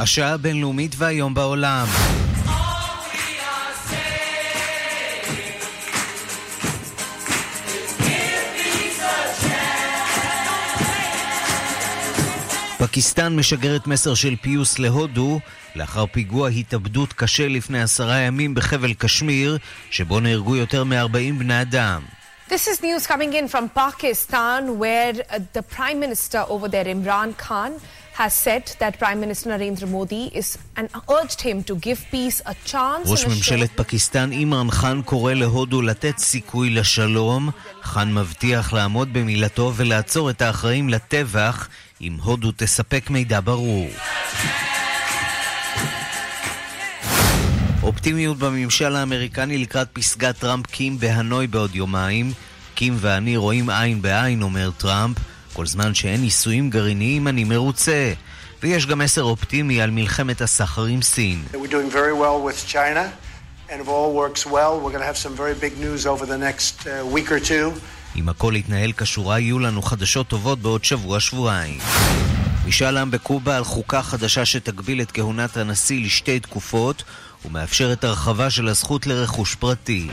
השעה הבינלאומית והיום בעולם. פקיסטן משגרת מסר של פיוס להודו לאחר פיגוע התאבדות קשה לפני 10 ימים בחבל קשמיר שבו נהרגו יותר מ-40 בני אדם. This is news coming in from Pakistan where the Prime Minister over there, Imran Khan, has said that Prime Minister Narendra Modi is and urged him to give peace a chance. ראש ממשלת פקיסטן אימרן חאן קורא להודו לתת סיכוי לשלום. חאן מבטיח לעמוד במילתו ולעצור את האחראים לטבח אם הודו תספק מידע ברור. אופטימיות בממשל האמריקני לקראת פסגת טראמפ קים בהנוי בעוד יומיים. קים ואני רואים עין בעין, אומר טראמפ. כל זמן שאין ניסויים גרעיניים אני מרוצה. ויש גם מסר אופטימי על מלחמת הסחר עם סין. We're doing very well with China and if all works well we're going to have some very big news over the next week or two. אם הכל יתנהל כשורה יהיו לנו חדשות טובות בעוד שבוע-שבועיים. משאל עם בקובה על חוקה חדשה שתגביל את כהונת הנשיא לשתי תקופות ומאפשרת הרחבה של הזכות לרכוש פרטי.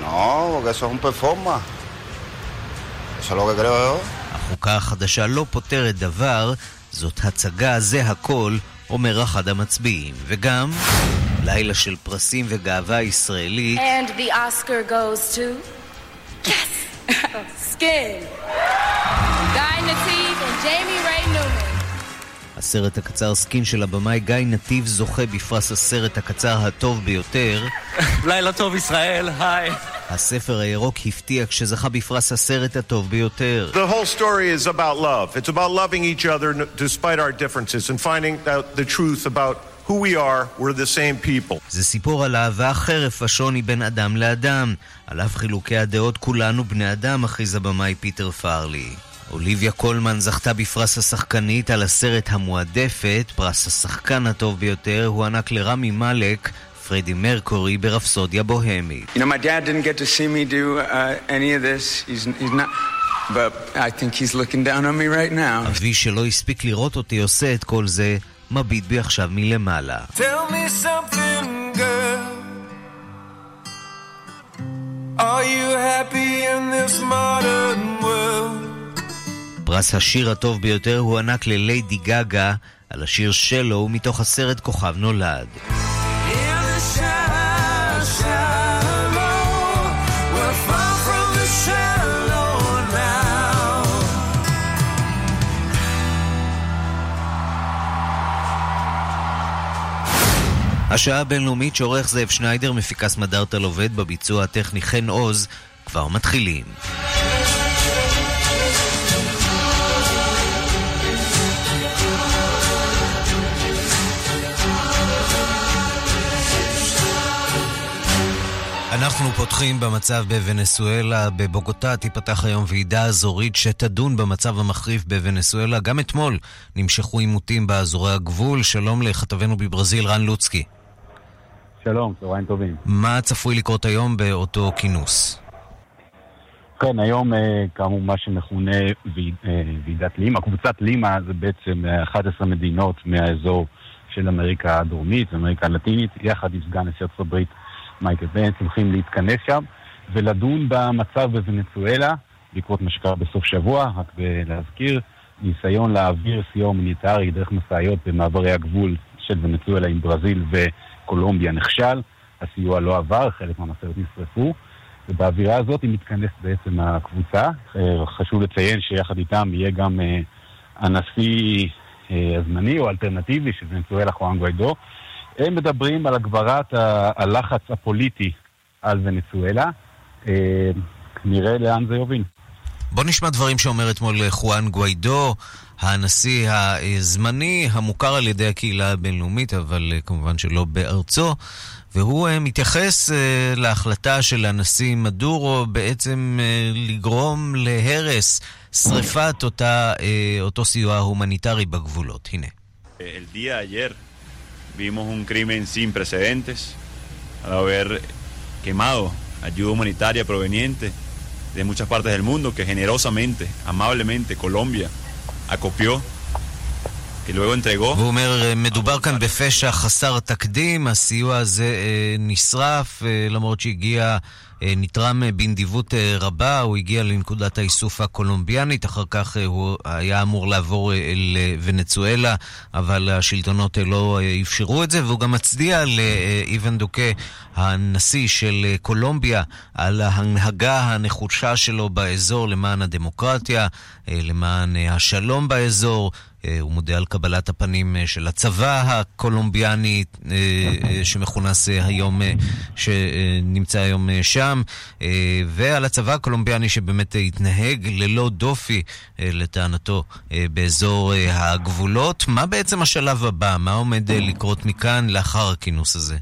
החוקה החדשה לא פותרת דבר, זאת הצגה, זה הכל, אומר אחד המצביעים. וגם לילה של פרסים וגאווה ישראלית. And the Oscar goes to yes, Skin. Guy Nativ and Jamie Ray Newman. הסרט הקצר סקין של הבמאי גיא נתיב זוכה בפרס הסרט הקצר הטוב ביותר. לילה טוב ישראל, היי. הספר הירוק הפתיע כשזכה בפרס הסרט הטוב ביותר. The whole story is about love. It's about loving each other despite our differences and finding out the truth about who we are. We're the same people. זה סיפור על אהבה חרף השוני בין אדם לאדם. על אף חילוקי הדעות כולנו בני אדם, הכריז הבמאי פיטר פארלי. אוליביה קולמן זכתה בפרס השחקנית על הסרט המועדפת. פרס השחקן הטוב ביותר הוענק לרמי מלק, פרדי מרקורי ברפסודיה בוהמית. You know, my dad didn't get to see me do any of this. He's not, but I think he's looking down on me right now. אבי שלא הספיק לראות אותי עושה את כל זה, מביט בי עכשיו מלמעלה. Tell me something, girl. Are you happy in this modern world? פרס השיר הטוב ביותר הוענק לליידי גגה על השיר שלו מתוך הסרט כוכב נולד. השעה הבינלאומית שעורך זאב שניידר, מפיקס מדארטל עובד, בביצוע הטכני חן עוז, כבר מתחילים. אנחנו פותחים במצב בוונצואלה. בבוגוטה תיפתח היום ועידה אזורית שתדון במצב המחריף בוונצואלה. גם אתמול נמשכו עימותים באזורי הגבול. שלום לכתבנו בברזיל רן לוצקי. שלום, צהריים טובים. מה צפוי לקרות היום באותו כינוס? כן, היום כאמור מה שמכונה ועידת לימה. קבוצת לימה זה בעצם 11 מדינות מהאזור של אמריקה הדרומית ואמריקה הלטינית, יחד עם סגן נשיא ארצות הברית מייקל פנס, הולכים להתכנס שם ולדון במצב בוונצואלה בעקבות מה שקרה בסוף שבוע. רק להזכיר, ניסיון להעביר סיוע הומניטרי דרך מסעיות במעברי הגבול של ונצואלה עם ברזיל וקולומביה נכשל. הסיוע לא עבר, חלק מהמסעיות נשרפו, ובאווירה הזאת היא מתכנסת בעצם הקבוצה. חשוב לציין שיחד איתם יהיה גם הנשיא הזמני או אלטרנטיבי של ונצואלה, חואן גואידו. הם מדברים על הגברת הלחץ הפוליטי על ונצואלה. נראה לאן זה יוביל. בוא נשמע דברים שאומר אתמול חואן גואידו, הנשיא הזמני המוכר על ידי הקהילה הבינלאומית, אבל כמובן שלא בארצו, והוא מתייחס להחלטה של הנשיא מדורו בעצם לגרום להרס, שריפת אותו סיוע הומניטרי בגבולות. הנה. El día ayer vimos un crimen sin precedentes al haber quemado ayuda humanitaria proveniente de muchas partes del mundo que generosamente, amablemente Colombia acopió que luego entregó. והוא אומר, מדובר כאן בפשע חסר תקדים, הסיוע הזה נשרף, למרות שהגיע, נתרם בנדיבות רבה, הוא הגיע לנקודת האיסוף הקולומביאנית, אחר כך הוא היה אמור לעבור לוונצואלה, אבל השלטונות לא אפשרו את זה, והוא גם מצדיע לאיוון דוקה, הנשיא של קולומביה, על ההנהגה הנחושה שלו באזור למען הדמוקרטיה, למען השלום באזור. הוא מודה על קבלת הפנים של הצבא הקולומביאני שמכונס היום, שנמצא היום שם, ועל הצבא הקולומביאני שבאמת התנהג ללא דופי לטענתו באזור הגבולות. מה בעצם השלב הבא? מה עומד לקרות מכאן לאחר הכינוס הזה?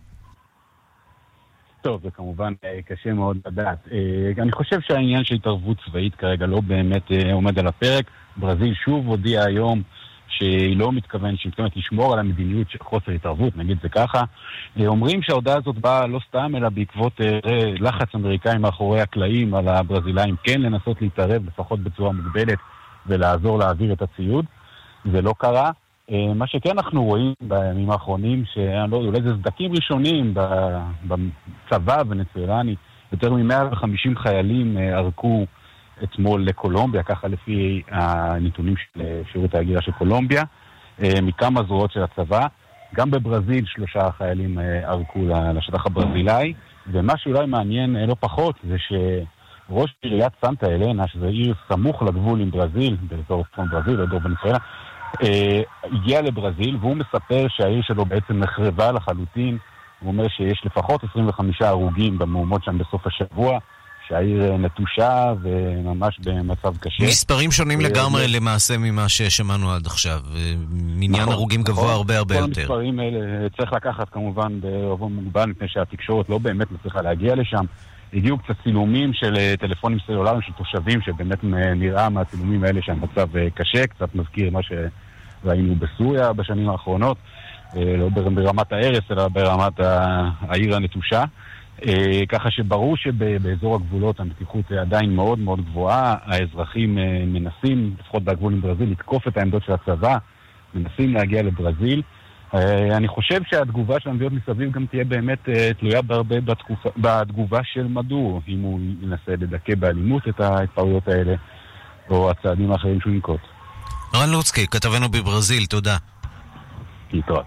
טוב, זה כמובן קשה מאוד לדעת. אני חושב שהעניין של התערבות צבאית כרגע לא באמת עומד על הפרק. ברזיל שוב הודיעה היום שהיא לא מתכוונת לשמור על המדיניות של חוסר התערבות, נגיד זה ככה. אומרים שההודעה הזאת באה לא סתם, אלא בעקבות לחץ אמריקאי מאחורי הקלעים על הברזילאים כן לנסות להתערב לפחות בצורה מוגבלת ולעזור להעביר את הציוד. זה לא קרה. מה שכן אנחנו רואים בימים האחרונים, שאולי זה סדקים ראשונים בצבא הוונצואלני, יותר מ-150 חיילים ערקו אתמול לקולומביה, ככה לפי הנתונים של שירות ההגירה של קולומביה, מכמה זרועות של הצבא. גם בברזיל 3 חיילים ערקו לשטח הברזילאי, ומה שאולי מעניין לא פחות זה שראש עיריית סנטה אלנה, שזה עיר סמוך לגבול עם ברזיל, באזור צפון ברזיל, באזור ונסואלה, הגיע לברזיל, והוא מספר שהעיר שלו בעצם נחרבה לחלוטין. הוא אומר שיש לפחות 25 הרוגים במהומות שם בסוף השבוע, שהעיר נטושה וממש במצב קשה. מספרים שונים לגמרי למעשה ממה ששמענו עד עכשיו. מניין הרוגים גבוה הרבה הרבה יותר. כל המספרים האלה צריך לקחת כמובן בערבון מוגבל, מפני שהתקשורת לא באמת מצליחה להגיע לשם. הגיעו קצת צילומים של טלפונים סלולריים של תושבים, שבאמת נראה מהצילומים האלה שהמצב קשה, קצת מזכיר מה שראינו בסוריה בשנים האחרונות, לא ברמת הארץ, אלא ברמת העיר הנטושה. ככה שברור שבאזור הגבולות המתיחות עדיין מאוד מאוד גבוהה, האזרחים מנסים, לפחות בגבול עם ברזיל, לתקוף את העמדות של הצבא, מנסים להגיע לברזיל. אני חושב שהתגובה של המדינות מסביב גם תהיה באמת תלויה בהרבה בתגובה של מדורו, אם הוא ינסה לדכא באלימות את ההתפרעויות האלה, או הצעדים האחרים שהוא ינקוט. רן לוצקי, כתבנו בברזיל, תודה. להתראות.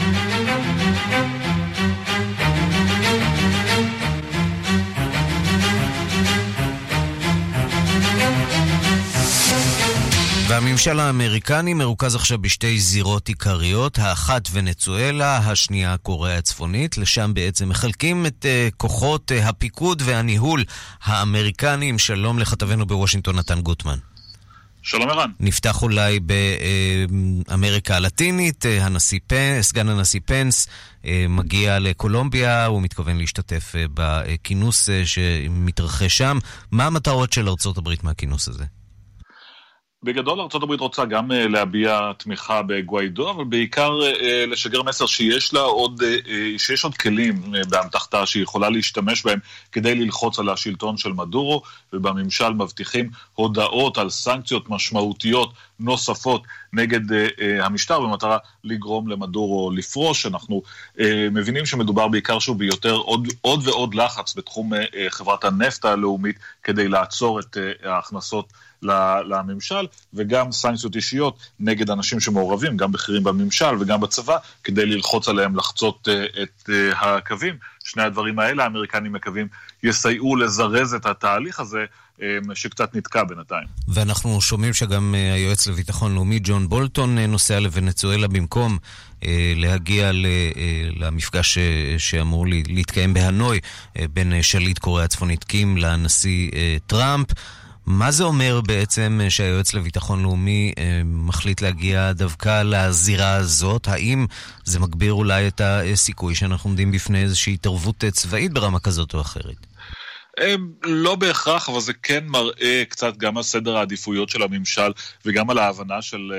והממשל האמריקני מרוכז עכשיו בשתי זירות עיקריות, האחת ונצואלה, השנייה קוריאה הצפונית. לשם בעצם מחלקים את כוחות הפיקוד והניהול האמריקניים. שלום לכתבנו בוושינגטון נתן גוטמן. שלום ערן. נפתח אולי באמריקה הלטינית, סגן הנשיא פנס מגיע לקולומביה, הוא מתכוון להשתתף בכינוס שמתרחש שם. מה המטרות של ארצות הברית מהכינוס הזה? בגדול ארצות הברית רוצה גם להביע תמיכה בגואידו, אבל בעיקר לשגר מסר שיש עוד כלים באמתחתה שהיא יכולה להשתמש בהם כדי ללחוץ על השלטון של מדורו, ובממשל מבטיחים הודעות על סנקציות משמעותיות נוספות נגד המשטר במטרה לגרום למדורו לפרוש. אנחנו מבינים שמדובר בעיקר שהוא ביותר עוד ועוד לחץ בתחום חברת הנפט הלאומית כדי לעצור את ההכנסות לממשל, וגם סנקציות אישיות נגד אנשים שמעורבים, גם בכירים בממשל וגם בצבא, כדי ללחוץ עליהם לחצות את הקווים. שני הדברים האלה האמריקנים מקווים יסייעו לזרז את התהליך הזה שקצת נתקע בינתיים. ואנחנו שומעים שגם היועץ לביטחון לאומי ג'ון בולטון נוסע לוונצואלה במקום להגיע למפגש שאמור להתקיים בהנוי בין שליט קוריאה הצפונית קים לנשיא טראמפ. מה זה אומר בעצם שהיועץ לביטחון לאומי מחליט להגיע דווקא לזירה הזאת? האם זה מגביר אולי את הסיכוי שאנחנו עומדים בפני איזושהי התערבות צבאית ברמה כזאת או אחרת? לא בהכרח, אבל זה כן מראה קצת גם על סדר העדיפויות של הממשל וגם על ההבנה של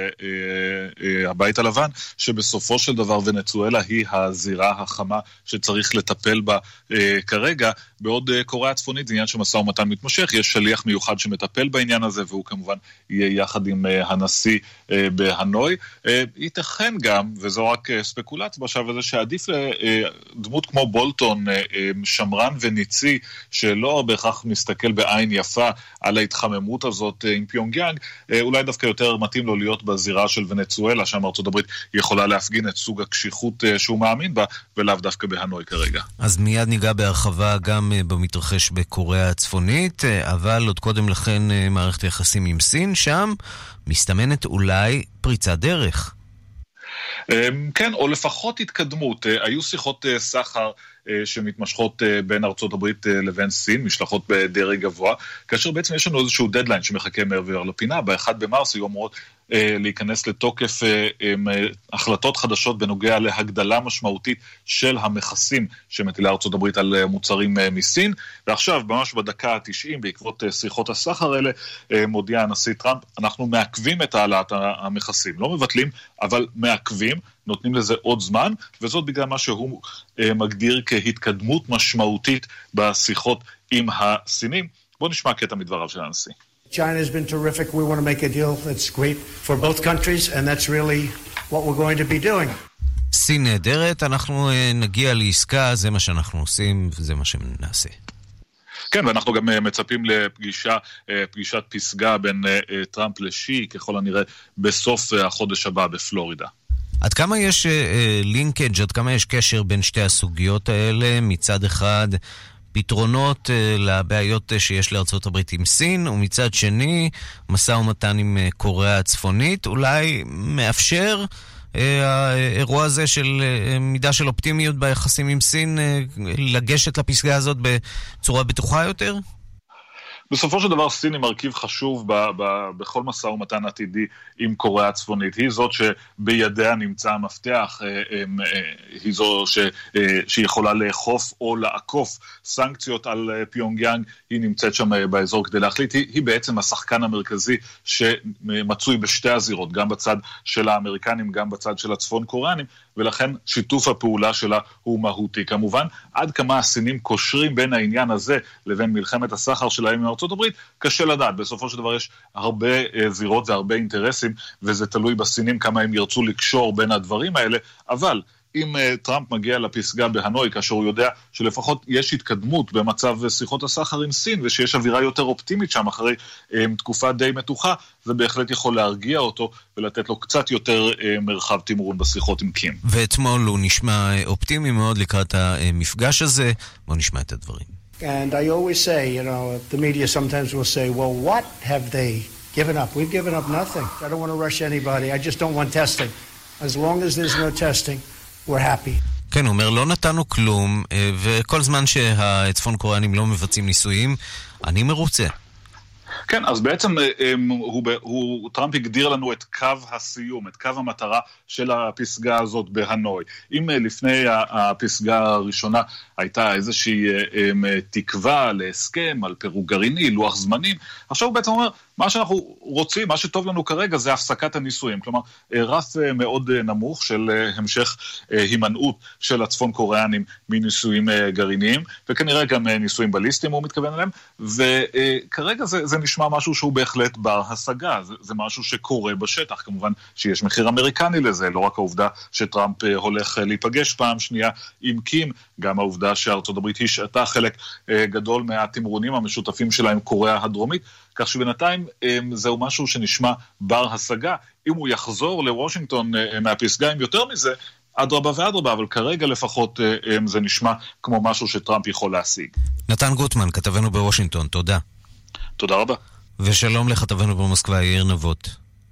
הבית הלבן, שבסופו של דבר ונצואלה היא הזירה החמה שצריך לטפל בה כרגע. בעוד קוריאה הצפונית זה עניין שמשא ומתן מתמשך, יש שליח מיוחד שמטפל בעניין הזה, והוא כמובן יהיה יחד עם הנשיא בהנוי. ייתכן גם, וזו רק ספקולציה בשלב הזה, שעדיף לדמות כמו בולטון, שמרן וניצי, שלא בהכרח מסתכל בעין יפה על ההתחממות הזאת עם פיונגיאנג, אולי דווקא יותר מתאים לו להיות בזירה של ונצואלה, שם ארצות הברית יכולה להפגין את סוג הקשיחות שהוא מאמין בה, ולאו דווקא בהנוי כרגע. אז מיד ניגע בהרחבה גם במתרחש בקוריאה הצפונית, אבל עוד קודם לכן מערכת יחסים עם סין, שם מסתמנת אולי פריצת דרך. כן, או לפחות התקדמות. היו שיחות סחר שמתמשכות בין ארצות הברית לבין סין, משלחות בדרג גבוה, כאשר בעצם יש לנו איזשהו דדליין שמחכה מעבר לפינה. ב-1 במרס היו אמורות להיכנס לתוקף החלטות חדשות בנוגע להגדלה משמעותית של המכסים שמטילה ארצות הברית על מוצרים מסין, ועכשיו ממש בדקה ה-90 בעקבות שיחות הסחר האלה מודיע הנשיא טראמפ, אנחנו מעכבים את העלאת המכסים, לא מבטלים אבל מעכבים, נותנים לזה עוד זמן, וזאת בגלל מה שהוא מגדיר כהתקדמות משמעותית בשיחות עם הסינים. בואו נשמע קטע מדבריו של הנשיא. China has been terrific. We want to make a deal that's great for both countries, and that's really what we're going to be doing. סין נהדרת, אנחנו נגיע לעסקה, זה מה שאנחנו עושים, וזה מה שנעשה. כן, ואנחנו גם מצפים לפגישת פסגה בין טראמפ לשי, ככל הנראה בסוף החודש הבא בפלורידה. עד כמה יש לינקג', עד כמה יש קשר בין שתי הסוגיות האלה, מצד אחד פתרונות לבעיות שיש לארצות הברית עם סין, ומצד שני משא ומתן עם קוריאה הצפונית, אולי מאפשר האירוע הזה של מידה של אופטימיות ביחסים עם סין לגשת לפסגה הזאת בצורה בטוחה יותר? בסופו של דבר סין היא מרכיב חשוב בכל משא ומתן עתידי עם קוריאה הצפונית. היא זאת שבידיה נמצא המפתח, היא זו שיכולה לאכוף או לעקוף סנקציות על פיונגיאנג, היא נמצאת שם באזור כדי להחליט. היא בעצם השחקן המרכזי שמצוי בשתי הזירות, גם בצד של האמריקנים, גם בצד של הצפון קוריאנים, ולכן שיתוף הפעולה שלה הוא מהותי. כמובן, עד כמה הסינים קושרים בין העניין הזה לבין מלחמת הסחר שלהם עם ארצות הברית, קשה לדעת. בסופו של דבר יש הרבה זירות והרבה אינטרסים, וזה תלוי בסינים כמה הם ירצו לקשור בין הדברים האלה, אבל אם טראמפ מגיע לפסגה בהנוי, כאשר הוא יודע שלפחות יש התקדמות במצב שיחות הסחר עם סין, ושיש אווירה יותר אופטימית שם אחרי תקופה די מתוחה, זה בהחלט יכול להרגיע אותו ולתת לו קצת יותר מרחב תמרון בשיחות עם קים. ואתמול הוא נשמע אופטימי מאוד לקראת המפגש הזה. בוא נשמע את הדברים. And I always say, you know, the media sometimes will say, well, what have they given up? We've given up nothing. I don't want to rush anybody. I just don't want testing. As long as there's no testing, we're happy. כן, הוא אומר, לא נתנו כלום, וכל זמן שהצפון קוריאנים לא מבצעים ניסויים, אני מרוצה. כן, אז בעצם טראמפ הגדיר לנו את קו הסיום, את קו המטרה של הפסגה הזאת בהנוי. אם לפני הפסגה הראשונה הייתה איזושהי תקווה להסכם על פירוק גרעיני, לוח זמנים, עכשיו הוא בעצם אומר, מה שאנחנו רוצים, מה שטוב לנו כרגע זה הפסקת הניסויים, כלומר רף מאוד נמוך של המשך הימנעות של הצפון קוריאנים מניסויים גרעיניים, וכנראה גם ניסויים בליסטיים הוא מתכוון אליהם, וכרגע זה נשמע משהו שהוא בהחלט בר השגה, זה משהו שקורה בשטח, כמובן שיש מחיר אמריקני לזה, לא רק העובדה שטראמפ הולך להיפגש פעם שנייה עם קים, גם העובדה שארצות הברית השעתה חלק גדול מהתמרונים המשותפים שלה עם קוריאה הדרומית, כך שבינתיים זהו משהו שנשמע בר השגה. אם הוא יחזור לוושינגטון מהפסגה עם יותר מזה, אדרבה ואדרבה, אבל כרגע לפחות זה נשמע כמו משהו שטראמפ יכול להשיג. נתן גוטמן, כתבנו בוושינגטון, תודה. תודה רבה. ושלום לכתבנו במוסקבה, יאיר נבות.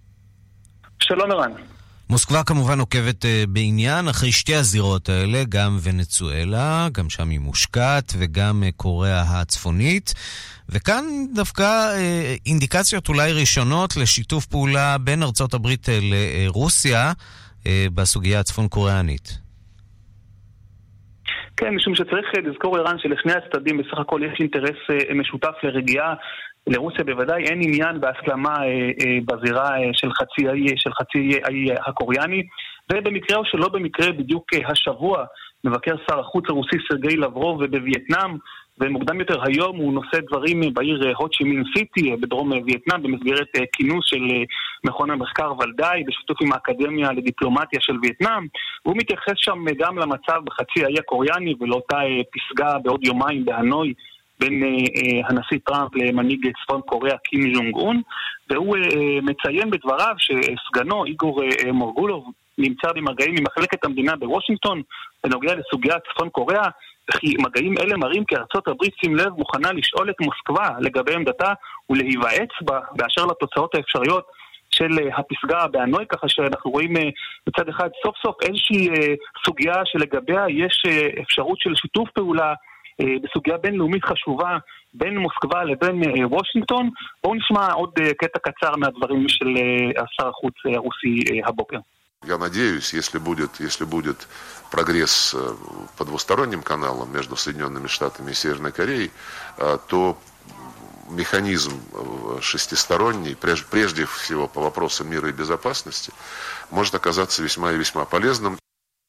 שלום ערן. מוסקבה כמובן עוקבת בעניין אחרי שתי הזירות האלה, גם ונצואלה, גם שם היא מושקעת, וגם קוריאה הצפונית. וכאן דווקא אינדיקציות אולי ראשונות לשיתוף פעולה בין ארצות הברית לרוסיה בסוגיה הצפון קוריאנית. כן, משום שצריך לזכור ערן שלשני הצדדים בסך הכל יש אינטרס משותף לרגיעה. לרוסיה בוודאי אין עניין בהסלמה בזירה של חצי האי הקוריאני, ובמקרה או שלא במקרה בדיוק השבוע מבקר שר החוץ הרוסי סרגי לברוב בווייטנאם, ומוקדם יותר היום הוא נושא דברים בעיר הו צ'י מין סיטי בדרום וייטנאם במסגרת כינוס של מכון המחקר ולדאי בשיתוף עם האקדמיה לדיפלומטיה של וייטנאם. והוא מתייחס שם גם למצב בחצי האי הקוריאני ולאותה פסגה בעוד יומיים בהנוי בין הנשיא טראמפ למנהיג צפון קוריאה קים ז'ונג און, והוא מציין בדבריו שסגנו איגור מורגולוב נמצא במגעים ממחלקת המדינה בוושינגטון בנוגע לסוגיית צפון קוריאה, וכי מגעים אלה מראים כי ארצות הברית שים לב מוכנה לשאול את מוסקבה לגבי עמדתה ולהיוועץ בה באשר לתוצאות האפשריות של הפסגה בהנוי, ככה שאנחנו רואים מצד אחד סוף סוף איזושהי סוגיה שלגביה יש אפשרות של שיתוף פעולה בסוגיה בינלאומית חשובה בין מוסקבה לבין וושינגטון. בואו נשמע עוד קטע קצר מהדברים של שר החוץ הרוסי הבוקר. Я надеюсь, если будет прогресс по двусторонним каналам между Соединенными Штатами и Северной Кореей, то механизм шестисторонний, прежде всего по вопросам мира и безопасности, может оказаться весьма и весьма полезным.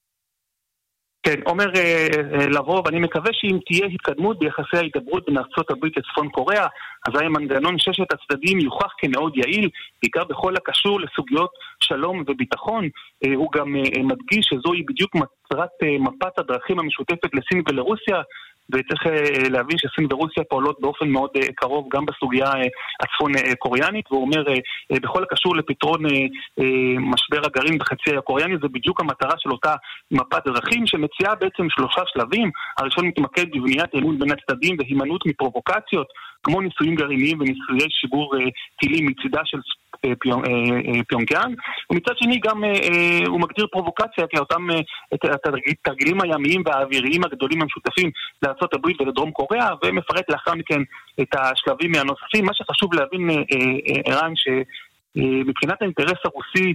כן, אומר לרוב, אני מקווה שאם תהיה התקדמות ביחסי ההידברות בין ארצות הברית לצפון קוריאה, אזי מנגנון ששת הצדדים יוכח כמאוד יעיל, בעיקר בכל הקשור לסוגיות שלום וביטחון. הוא גם מדגיש שזוהי בדיוק מטרת מפת הדרכים המשותפת לסין ולרוסיה, וצריך להבין שסין ורוסיה פועלות באופן מאוד קרוב גם בסוגיה הצפון קוריאנית, והוא אומר בכל הקשור לפתרון משבר הגרעין בחצי הקוריאני, זה בדיוק המטרה של אותה מפת דרכים שמציעה בעצם 3 שלבים. הראשון מתמקד בבניית אמון בין הצדדים והימנעות מפרובוקציות כמו ניסויים גרעיניים וניסויי שיגור טילים מצידה של פיונגיאנג, ומצד שני גם הוא מגדיר פרובוקציה כי אותם התרגילים הימיים והאוויריים הגדולים המשותפים לארצות הברית ולדרום קוריאה, ומפרט לאחר מכן את השלבים הנוספים. מה שחשוב להבין ערן שמבחינת האינטרס הרוסי,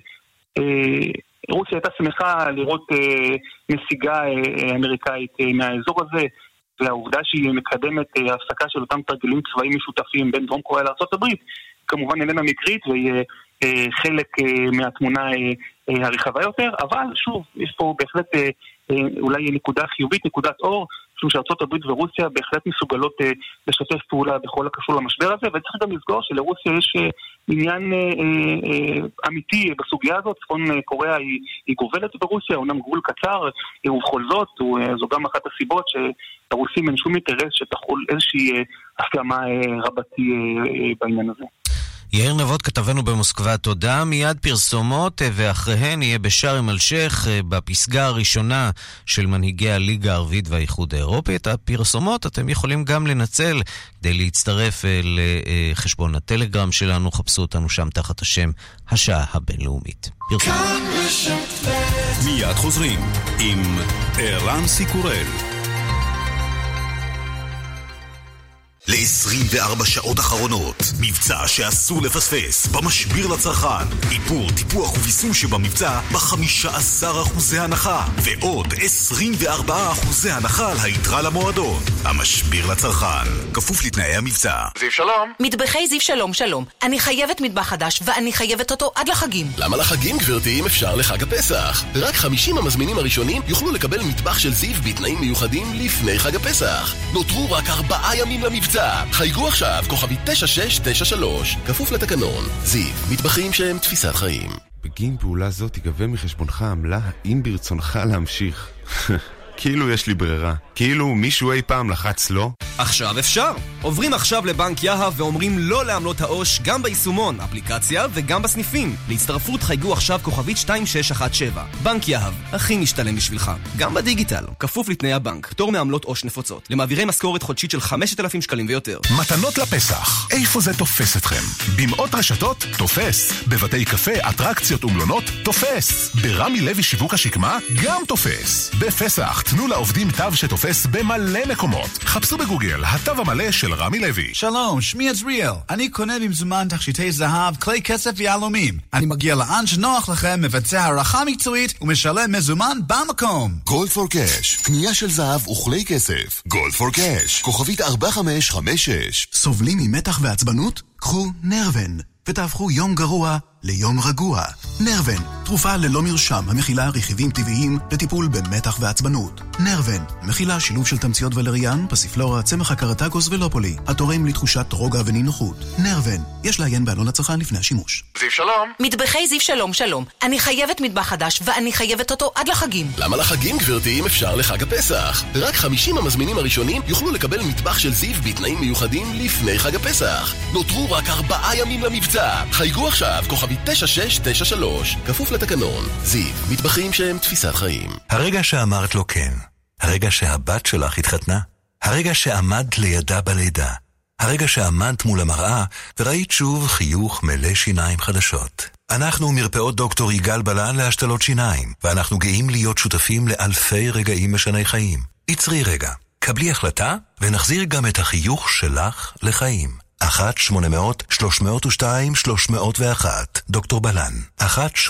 רוסיה הייתה שמחה לראות נסיגה אמריקאית מהאזור הזה, והעובדה שהיא מקדמת הפסקה של אותם תרגילים צבאיים משותפים בין דרום קוריאה לארצות הברית כמובן איננה מקרית והיא חלק מהתמונה הרחבה יותר, אבל שוב יש פה בהחלט אולי נקודה חיובית, נקודת אור, משום שארצות הברית ורוסיה בהחלט מסוגלות לשתף פעולה בכל הקשור למשבר הזה, וצריך גם לסגור שלרוסיה יש עניין אמיתי בסוגיה הזאת. צפון קוריאה היא גובלת ברוסיה, אומנם גבול קצר, ובכל זאת זו גם אחת הסיבות שהרוסים אין שום אינטרס שתחול איזושהי הסלמה רבתי בעניין הזה. יאיר נבות כתבנו במוסקבה, תודה. מיד פרסומות ואחריהן יהיה בשארם אל-שייח בפסגה הראשונה של מנהיגי הליגה הערבית והאיחוד האירופי. את הפרסומות אתם יכולים גם לנצל כדי להצטרף לחשבון הטלגרם שלנו, חפשו אותנו שם תחת השם השעה הבינלאומית. מיד חוזרים עם ערן סיקורל. ל-24 שעות אחרונות, מבצע שאסור לפספס, במשביר לצרכן, איפור, טיפוח וביסום שבמבצע ב-15% הנחה, ועוד 24% הנחה על היתרה למועדון. המשביר לצרכן, כפוף לתנאי המבצע. זיו שלום. מטבחי זיו שלום, שלום. אני חייבת מטבח חדש, ואני חייבת אותו עד לחגים. למה לחגים, גברתי, אם אפשר לחג הפסח? רק 50 המזמינים הראשונים יוכלו לקבל מטבח של זיו בתנאים מיוחדים לפני חג הפסח. נותרו רק 4 ימים למבצע. חייגו עכשיו, כוכבי 9693, כפוף לתקנון. זיו, מטבחים שהם תפיסת חיים. בגין פעולה זאת תיגבה מחשבונך עמלה, האם ברצונך להמשיך? כאילו יש לי ברירה. כאילו מישהו אי פעם לחץ לא? עכשיו אפשר. עוברים עכשיו לבנק יהב ואומרים לא לעמלות העו"ש גם ביישומון, אפליקציה וגם בסניפים. להצטרפות חייגו עכשיו כוכבית 2617. בנק יהב, הכי משתלם בשבילך. גם בדיגיטל, כפוף לתנאי הבנק. פטור מעמלות עו"ש נפוצות. למעבירי משכורת חודשית של 5,000 שקלים ויותר. מתנות לפסח. איפה זה תופס אתכם? במאות רשתות? תופס. בבתי קפה, אטרקציות ומלונות? תופס. ברמי לוי שיווק השקמה? גם תופס. בפסח תנו לעובדים תו שתופס במלא מקומות. חפשו בגוגל עזריאל, התו המלא של רמי לוי. שלום, שמי עזריאל. אני קונה במזומן תכשיטי זהב, כלי כסף ויהלומים. אני מגיע לאן שנוח לכם, מבצע הערכה מקצועית ומשלם מזומן במקום. גולד פור קאש, קנייה של זהב וכלי כסף. גולד פור קאש, כוכבית 4556. סובלים ממתח ועצבנות? קחו נרוון ותהפכו יום גרוע ליום רגוע. נרוון, תרופה ללא מרשם המכילה רכיבים טבעיים לטיפול במתח ועצבנות. נרוון, מכילה שילוב של תמציות ולריאן, פסיפלורה, צמח הקרטגוס ולופולי, התורם לתחושת רוגע ונינוחות. נרוון, יש לעיין בעלון הצרכן לפני השימוש. זיו שלום. מטבחי זיו שלום, שלום. אני חייבת מטבח חדש, ואני חייבת אותו עד לחגים. למה לחגים, גברתי, אם אפשר לחג הפסח? רק 50 המזמינים הראשונים יוכלו לקבל מטבח של זיו בתנאים מיוחדים לפני חג הפסח. נותרו רק 4 ימים למבצע. חייגו עכשיו, כוכבית 9693, כפוף לתקנון. זיו, מטבחים שהם תפיסת חיים. הרגע שאמרת לו כן, הרגע שהבת שלך התחתנה, הרגע שעמדת לידה בלידה, הרגע שעמדת מול המראה וראית שוב חיוך מלא שיניים חדשות. אנחנו מרפאות דוקטור יגאל בלן להשתלות שיניים, ואנחנו גאים להיות שותפים לאלפי רגעים משני חיים. עצרי רגע, קבלי החלטה ונחזיר גם את החיוך שלך לחיים. 1-800-302-301 דוקטור בלן 1-800-302-301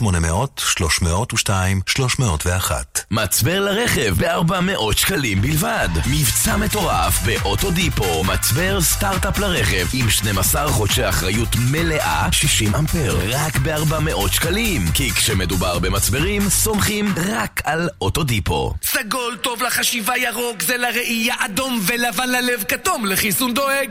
מצבר לרכב ב-400 שקלים בלבד. מבצע מטורף באוטודיפו. מצבר סטארט-אפ לרכב עם 12 חודשי אחריות מלאה 60 אמפר רק ב-400 שקלים. כי כשמדובר במצברים סומכים רק על אוטודיפו. סגול טוב לחשיבה, ירוק זה לראייה, אדום ולבן ללב, כתום לחיסון דואג.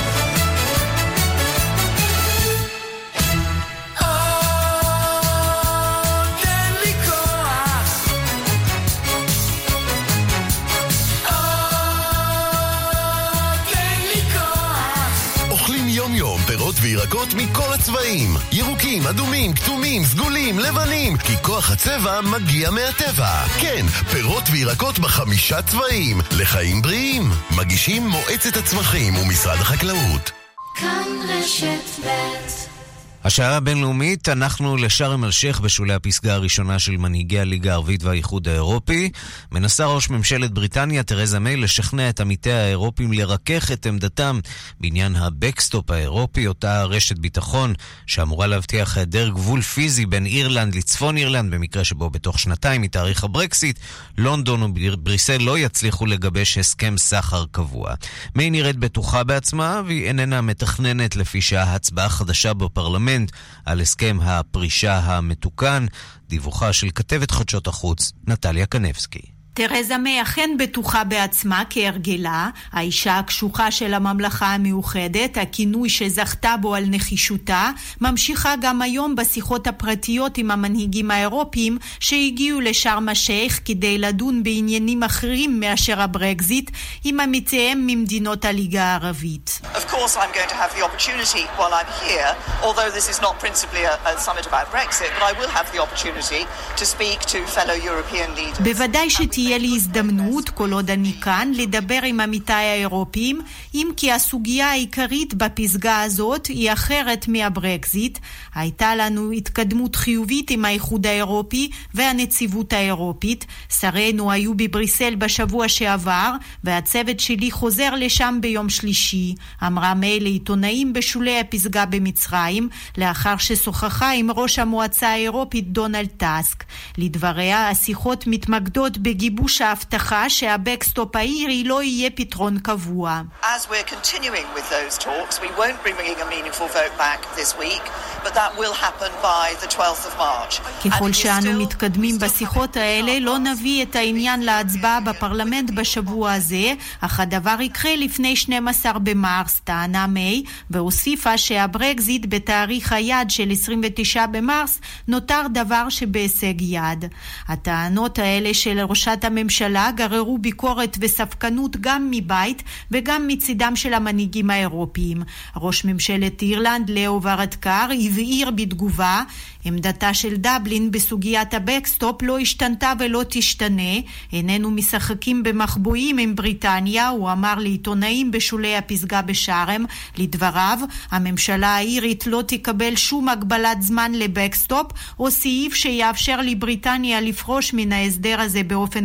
יום פירות וירקות מכל הצבעים, ירוקים, אדומים, כתומים, סגולים, לבנים, כי כוח הצבע מגיע מהטבע. כן, פירות וירקות ב5 צבעים, לחיים בריאים. מגישים מועצת הצמחים ומשרד החקלאות. כאן רשת ב'. השעה הבינלאומית, אנחנו לשארם אל-שייח בשולי הפסגה הראשונה של מנהיגי הליגה הערבית והאיחוד האירופי. מנסה ראש ממשלת בריטניה תרזה מיי לשכנע את עמיתיה האירופים לרכך את עמדתם בעניין הבקסטופ האירופי, אותה רשת ביטחון שאמורה להבטיח היעדר גבול פיזי בין אירלנד לצפון אירלנד במקרה שבו בתוך שנתיים מתאריך הברקסיט לונדון ובריסל לא יצליחו לגבש הסכם סחר קבוע. מיי נראית בטוחה בעצמה והיא איננה מתכננת לפי שההצבעה חדשה בפרלמנט על הסכם הפרישה המתוקן. דיווחה של כתבת חדשות החוץ נטליה קנבסקי. תרזה מיי אכן בטוחה בעצמה כהרגלה, האישה הקשוחה של הממלכה המאוחדת, הכינוי שזכתה בו על נחישותה, ממשיכה גם היום בשיחות הפרטיות עם המנהיגים האירופיים שהגיעו לשארם א-שייח כדי לדון בעניינים אחרים מאשר הברקזיט עם עמיתיהם ממדינות הליגה הערבית. Of course I'm going to have the opportunity while I'm here, although this is not principally a summit about Brexit, but I will have the opportunity to speak to fellow European leaders. בוודאי שתהיה לי הזדמנות, כל עוד אני כאן, לדבר עם עמיתיי האירופיים, אם כי הסוגיה העיקרית בפסגה הזאת היא אחרת מהברקזיט. הייתה לנו התקדמות חיובית עם האיחוד האירופי והנציבות האירופית. שרינו היו בבריסל בשבוע שעבר, והצוות שלי חוזר לשם ביום שלישי, אמרה מיי לעיתונאים בשולי הפסגה במצרים, לאחר ששוחחה עם ראש המועצה האירופית דונלד טאסק. לדבריה, השיחות מתמקדות בגיבוש ההבטחה שהבקסטופ האירי לא יהיה פתרון קבוע. As we're continuing with those talks, we won't be bringing a meaningful vote back this week, but that will happen by the 12th of March. ככל שאנו מתקדמים בשיחות האלה, לא נביא את העניין להצבעה בפרלמנט בשבוע הזה, אך הדבר יקרה לפני 12 במרס, טענה מיי, והוסיפה שהברקזיט בתאריך היעד של 29 במרס נותר דבר שבהישג יד. הטענות האלה של ראשת הממשלה גררו ביקורת וספקנות גם מבית וגם מצידם של המנהיגים האירופיים. ראש ממשלת אירלנד לאו ורדקר הבהיר בתגובה, עמדתה של דבלין בסוגיית הבקסטופ לא השתנתה ולא תשתנה, איננו משחקים במחבואים עם בריטניה, הוא אמר לעיתונאים בשולי הפסגה בשארם. לדבריו, הממשלה האירית לא תקבל שום הגבלת זמן לבקסטופ או סעיף שיאפשר לבריטניה לפרוש מן ההסדר הזה באופן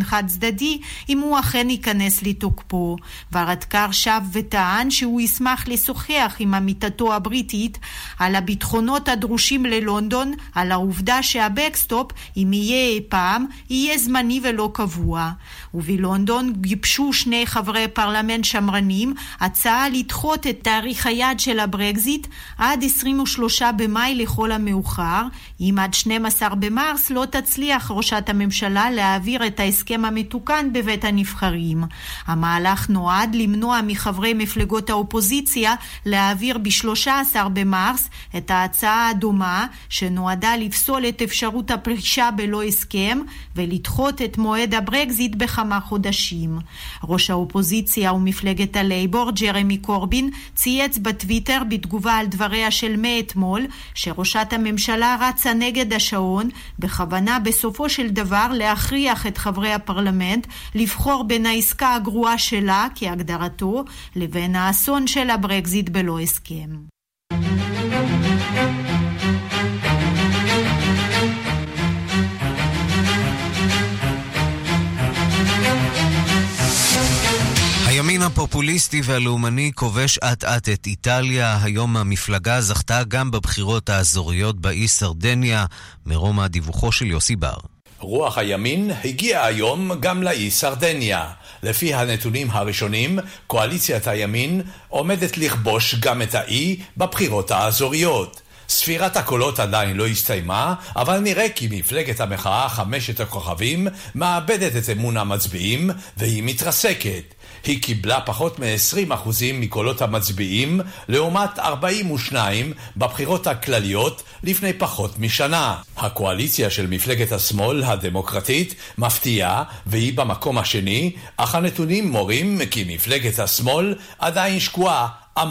חד צדדי אם הוא אכן ייכנס לתוקפו. ורדקר שב וטען שהוא ישמח לשוחח עם עמיתתו הבריטית על הביטחונות הדרושים ללונדון, על העובדה שהבקסטופ, אם יהיה אי פעם, יהיה זמני ולא קבוע. ובלונדון גיבשו שני חברי פרלמנט שמרנים הצעה לדחות את תאריך היעד של הברקזיט עד 23 במאי לכל המאוחר, אם עד 12 במרס לא תצליח ראשת הממשלה להעביר את ההסכם המתוקן בבית הנבחרים. המהלך נועד למנוע מחברי מפלגות האופוזיציה להעביר ב-13 במרס את ההצעה הדומה שנועדה לפסול את אפשרות הפרישה בלא הסכם ולדחות את מועד הברקזיט בכמה חודשים. ראש האופוזיציה ומפלגת הלייבור ג'רמי קורבין צייץ בטוויטר בתגובה על דבריה של מאתמול שראשת הממשלה רצה נגד השעון בכוונה בסופו של דבר להכריח את חברי הפרלמנט לבחור בין העסקה הגרועה שלה כהגדרתו לבין האסון של הברקזיט בלא הסכם. הימין הפופוליסטי והלאומני כובש עט-עט את איטליה. היום המפלגה זכתה גם בבחירות האזוריות באי סרדניה. מרומא דיווחו של יוסי בר. רוח הימין הגיע היום גם לאי סרדניה. לפי הנתונים הראשונים, קואליציית הימין עומדת לכבוש גם את האי בבחירות האזוריות. ספירת הקולות עדיין לא הסתיימה, אבל נראה כי מפלגת המחאה 5 הכוכבים מאבדת את אמון המצביעים והיא מתרסקת. היא קיבלה פחות מ-20% מקולות המצביעים, לעומת 42 בבחירות הכלליות לפני פחות משנה. הקואליציה של מפלגת השמאל הדמוקרטית מפתיעה והיא במקום השני, אך הנתונים מורים כי מפלגת השמאל עדיין שקועה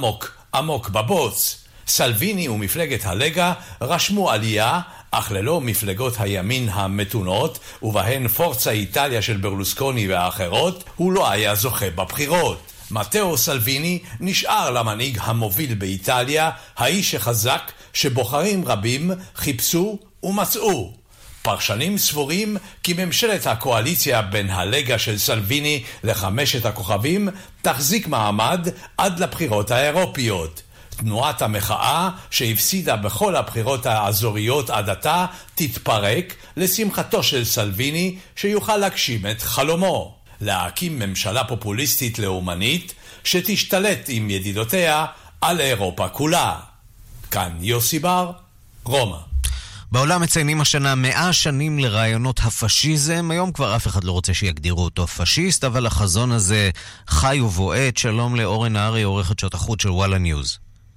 עמוק בבוץ. סלוויני ומפלגת הלגה רשמו עלייה, אך ללא מפלגות הימין המתונות, ובהן פורצה איטליה של ברלוסקוני ואחרות, הוא לא היה זוכה בבחירות. מתאו סלוויני נשאר למנהיג המוביל באיטליה, האיש החזק שבוחרים רבים חיפשו ומצאו. פרשנים סבורים כי ממשלת הקואליציה בין הלגה של סלוויני ל5 הכוכבים תחזיק מעמד עד לבחירות האירופיות. תנועת המחאה שהפסידה בכל הבחירות האזוריות עד עתה תתפרק לשמחתו של סלוויני שיוכל להגשים את חלומו, להקים ממשלה פופוליסטית לאומנית שתשתלט עם ידידותיה על אירופה כולה. כאן יוסי בר, רומא. בעולם מציינים השנה 100 שנים לרעיונות הפשיזם. היום כבר אף אחד לא רוצה שיגדירו אותו פשיסט, אבל החזון הזה חי ובועט. שלום לאורן הארי, עורכת שעות החוץ של וואלה ניוז.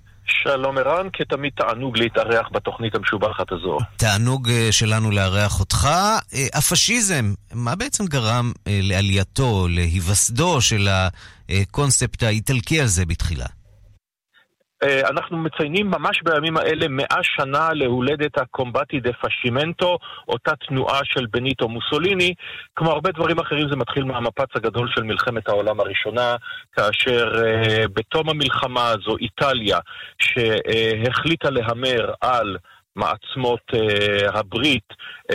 שלום ערן, כתמיד תענוג להתארח בתוכנית המשובחת הזו. תענוג שלנו לארח אותך. הפשיזם, מה בעצם גרם לעלייתו, להיווסדו של הקונספט האיטלקי הזה בתחילה? אנחנו מציינים ממש בימים האלה 100 שנה להולדת הקומבטי דה פשימנטו, אותה תנועה של בניטו מוסוליני. כמו הרבה דברים אחרים זה מתחיל מהמפץ הגדול של מלחמת העולם הראשונה, כאשר בתום המלחמה הזו איטליה שהחליטה להמר על מעצמות הברית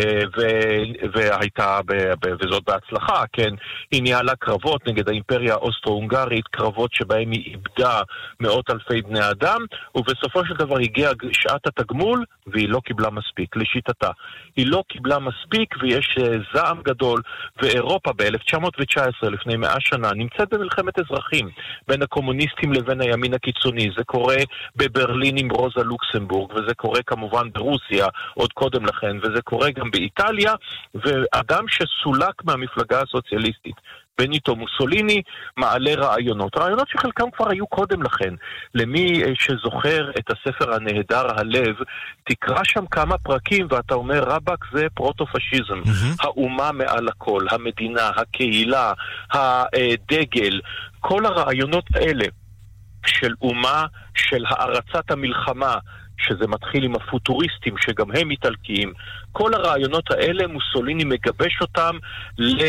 והייתה וזאת בהצלחה, כן, היא ניהלה קרבות נגד האימפריה האוסטרו-הונגרית, קרבות שבהם היא איבדה מאות אלפי בני אדם, ובסופו של דבר הגיעה שעת התגמול והיא לא קיבלה מספיק. לשיטתה היא לא קיבלה מספיק ויש זעם גדול, ואירופה ב-1919 לפני 100 שנה נמצאת במלחמת אזרחים בין הקומוניסטים לבין הימין הקיצוני. זה קורה בברלין עם רוזה לוקסמבורג, וזה קורה כמובן ברוסיה עוד קודם לכן, וזה קורה גם באיטליה. ואדם שסולק מהמפלגה הסוציאליסטית, בניטו מוסוליני, מעלה רעיונות שחלקם כבר היו קודם לכן. למי שזוכר את הספר הנהדר הלב, תקרא שם כמה פרקים ואתה אומר, רבק, זה פרוטו-פשיזם. האומה מעל הכל, המדינה, הקהילה, הדגל, כל הרעיונות האלה של אומה, של הערצת המלחמה, שזה מתחיל עם הפוטוריסטים שגם הם איטלקיים, כל הרעיונות האלה מוסוליני מגבש אותם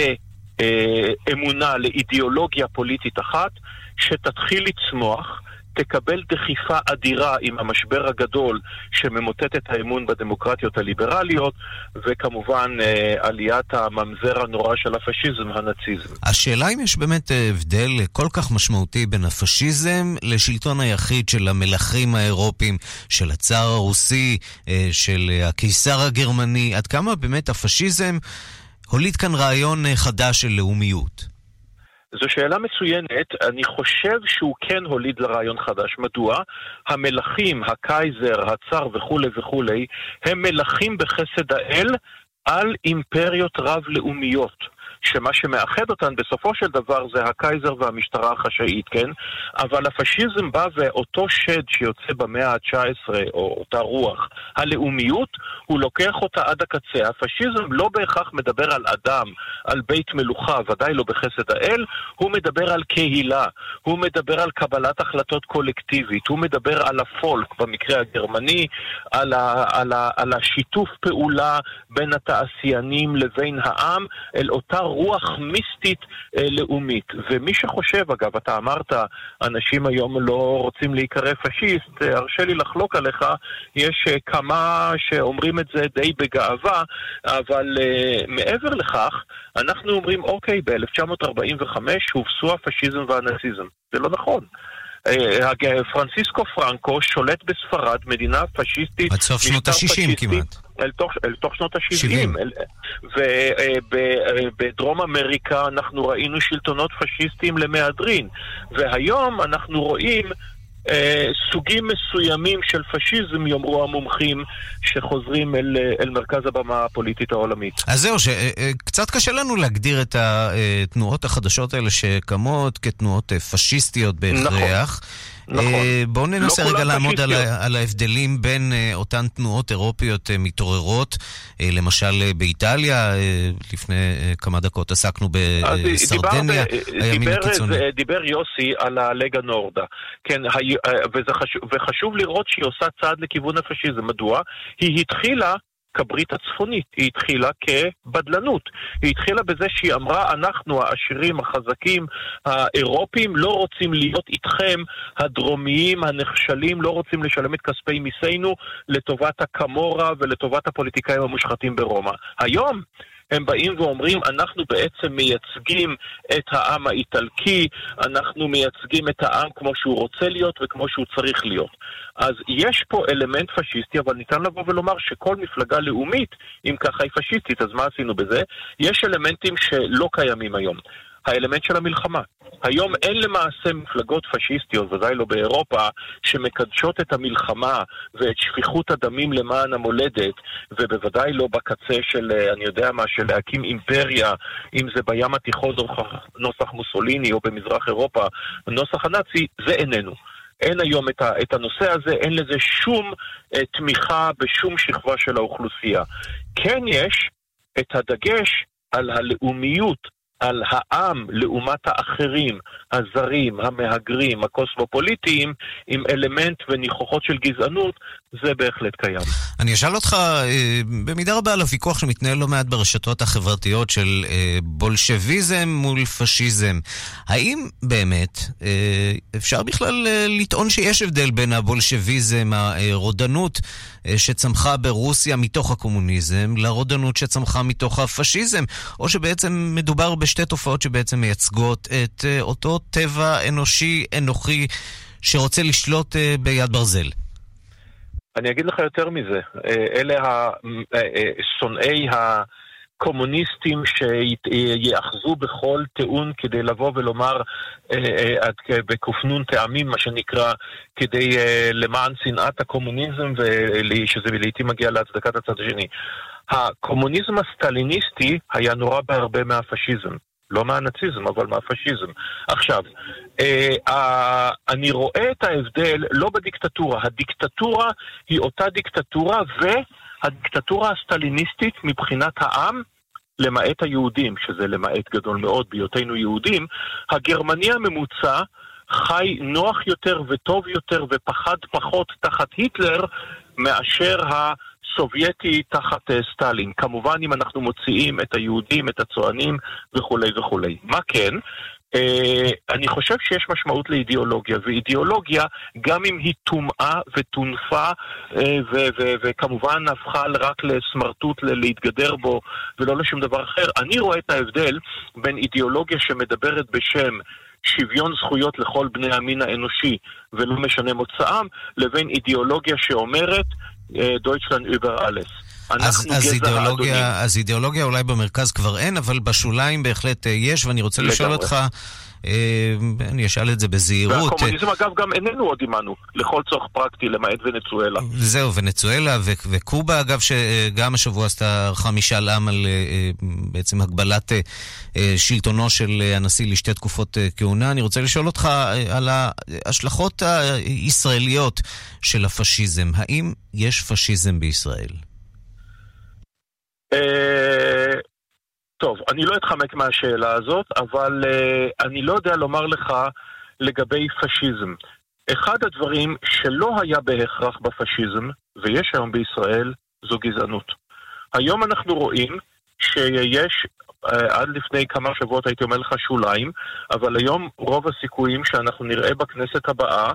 לאמונה, לאידיאולוגיה פוליטית אחת שתתחיל לצמוח תקבל דחיפה אדירה עם המשבר הגדול שממוטט את האמון בדמוקרטיות הליברליות, וכמובן עליית הממזר הנורא של הפשיזם, הנאציזם. השאלה אם יש באמת הבדל כל כך משמעותי בין הפשיזם לשלטון היחיד של המלכים האירופיים, של הצאר הרוסי, של הקיסר הגרמני, עד כמה באמת הפשיזם הוליד כאן רעיון חדש של לאומיות? זו שאלה מצוינת. אני חושב שהוא כן הוליד לרעיון חדש. מדוע? המלכים, הקייזר, הצאר וכו' וכו', הם מלכים בחסד האל על אימפריות רב-לאומיות. שמה שמאחד אותן בסופו של דבר זה הקייזר והמשטרה החשאית, כן? אבל הפשיזם בא ואותו שד שיוצא במאה ה-19, או אותה רוח, הלאומיות, הוא לוקח אותה עד הקצה. הפשיזם לא בהכרח מדבר על אדם, על בית מלוכה, ודאי לא בחסד האל, הוא מדבר על קהילה, הוא מדבר על קבלת החלטות קולקטיבית, הוא מדבר על הפולק, במקרה הגרמני, על השיתוף פעולה בין התעשיינים לבין העם, אל אותה רוח מיסטית לאומית. ומי שחושב, אגב, אתה אמרת, אנשים היום לא רוצים להיקרא פשיסט, הרשה לי לחלוק עליך, יש כמה שאומרים את זה די בגאווה, אבל מעבר לכך, אנחנו אומרים, אוקיי, ב-1945 הובסו הפשיזם והנאציזם. זה לא נכון. פרנסיסקו פרנקו שולט בספרד, מדינה פשיסטית, עד סוף שנות ה-60 כמעט. אל תוך שנות ה-70. ובדרום אמריקה אנחנו ראינו שלטונות פשיסטיים למהדרין. והיום אנחנו רואים סוגים מסוימים של פשיזם, יאמרו המומחים, שחוזרים אל מרכז הבמה הפוליטית העולמית. אז זהו, שקצת קשה לנו להגדיר את התנועות החדשות האלה שקמות כתנועות פשיסטיות בהכרח. נכון. בואו ננסה רגע לעמוד על ההבדלים בין אותן תנועות אירופיות מתעוררות, למשל באיטליה, לפני כמה דקות עסקנו בסרדניה, הימין הקיצוני. דיבר יוסי על הלגה נורדה, כן, וחשוב לראות שהיא עושה צעד לכיוון הפשיזם. מדוע? היא התחילה כברית הצפונית, היא התחילה כבדלנות. היא התחילה בזה שהיא אמרה, אנחנו העשירים, החזקים, האירופים, לא רוצים להיות איתכם, הדרומיים, הנחשלים, לא רוצים לשלם את כספי מיסינו לטובת הקמורה ולטובת הפוליטיקאים המושחתים ברומא. היום הם באים ואומרים, אנחנו בעצם מייצגים את העם האיטלקי, אנחנו מייצגים את העם כמו שהוא רוצה להיות וכמו שהוא צריך להיות. אז יש פה אלמנט פשיסטי, אבל ניתן לבוא ולומר שכל מפלגה לאומית, אם ככה היא פשיסטית, אז מה עשינו בזה? יש אלמנטים שלא קיימים היום. האלמנט של המלחמה. היום אין למעשה מפלגות פשיסטיות, ודאי לא באירופה, שמקדשות את המלחמה ואת שפיכות הדמים למען המולדת, ובוודאי לא בקצה של, אני יודע מה, של להקים אימפריה, אם זה בים התיכון נוסח מוסוליני או במזרח אירופה נוסח הנאצי, זה איננו. אין היום את הנושא הזה, אין לזה שום תמיכה בשום שכבה של האוכלוסייה. כן יש את הדגש על הלאומיות, על העם לעומת האחרים, הזרים, המהגרים, הקוסמופוליטיים, עם אלמנט וניחוחות של גזענות, זה בהחלט קיים. אני אשאל אותך במידה רבה על הוויכוח שמתנהל לא מעט ברשתות החברתיות של בולשביזם מול פשיזם. האם באמת אפשר בכלל לטעון שיש הבדל בין הבולשביזם, הרודנות שצמחה ברוסיה מתוך הקומוניזם, לרודנות שצמחה מתוך הפשיזם, או שבעצם מדובר בשתי תופעות שבעצם מייצגות את אותו טבע אנושי, אנוכי, שרוצה לשלוט ביד ברזל? אני אגיד לך יותר מזה. אלה שונאי הקומוניסטים שיאחזו בכל טיעון כדי לבוא ולומר בקופנון טעמים, מה שנקרא, כדי למען שנאת הקומוניזם, ושזה לעתים מגיע להצדקת הצד השני. הקומוניזם הסטליניסטי היה נורא בהרבה מהפשיזם. לא מהנאציזם, אבל מהפשיזם. עכשיו, אני רואה את ההבדל לא בדיקטטורה. הדיקטטורה היא אותה דיקטטורה, והדיקטטורה הסטליניסטית מבחינת העם, למעט היהודים, שזה למעט גדול מאוד בהיותנו יהודים, הגרמני הממוצע חי נוח יותר וטוב יותר ופחד פחות תחת היטלר מאשר סובייטי תחת סטלין. כמובן אם אנחנו מוציאים את היהודים, את הצוענים וכו' וכו'. מה כן? אני חושב שיש משמעות לאידיאולוגיה, ואידיאולוגיה, גם אם היא טומאה וטונפה, וכמובן הפכה רק לסמרטוט להתגדר בו, ולא לשום דבר אחר, אני רואה את ההבדל בין אידיאולוגיה שמדברת בשם שוויון זכויות לכל בני המין האנושי, ולא משנה מוצאם, לבין אידיאולוגיה שאומרת דויטשלנד über alles. אז אידיאולוגיה אולי במרכז כבר אין, אבל בשוליים בהחלט יש, ואני רוצה לשאול אותך, אני אשאל את זה בזהירות. והקומוניזם אגב גם איננו עוד עמנו, לכל צורך פרקטי, למעט ונצואלה. זהו, ונצואלה וקובה אגב, שגם השבוע עשתה משאל עם על בעצם הגבלת שלטונו של הנשיא לשתי תקופות כהונה. אני רוצה לשאול אותך על ההשלכות הישראליות של הפשיזם. האם יש פשיזם בישראל? טוב, אני לא אתחמק מהשאלה הזאת, אבל אני לא יודע לומר לך לגבי פשיזם. אחד הדברים שלא היה בהכרח בפשיזם, ויש היום בישראל, זו גזענות. היום אנחנו רואים שיש, עד לפני כמה שבועות הייתי אומר לך שוליים, אבל היום רוב הסיכויים שאנחנו נראה בכנסת הבאה,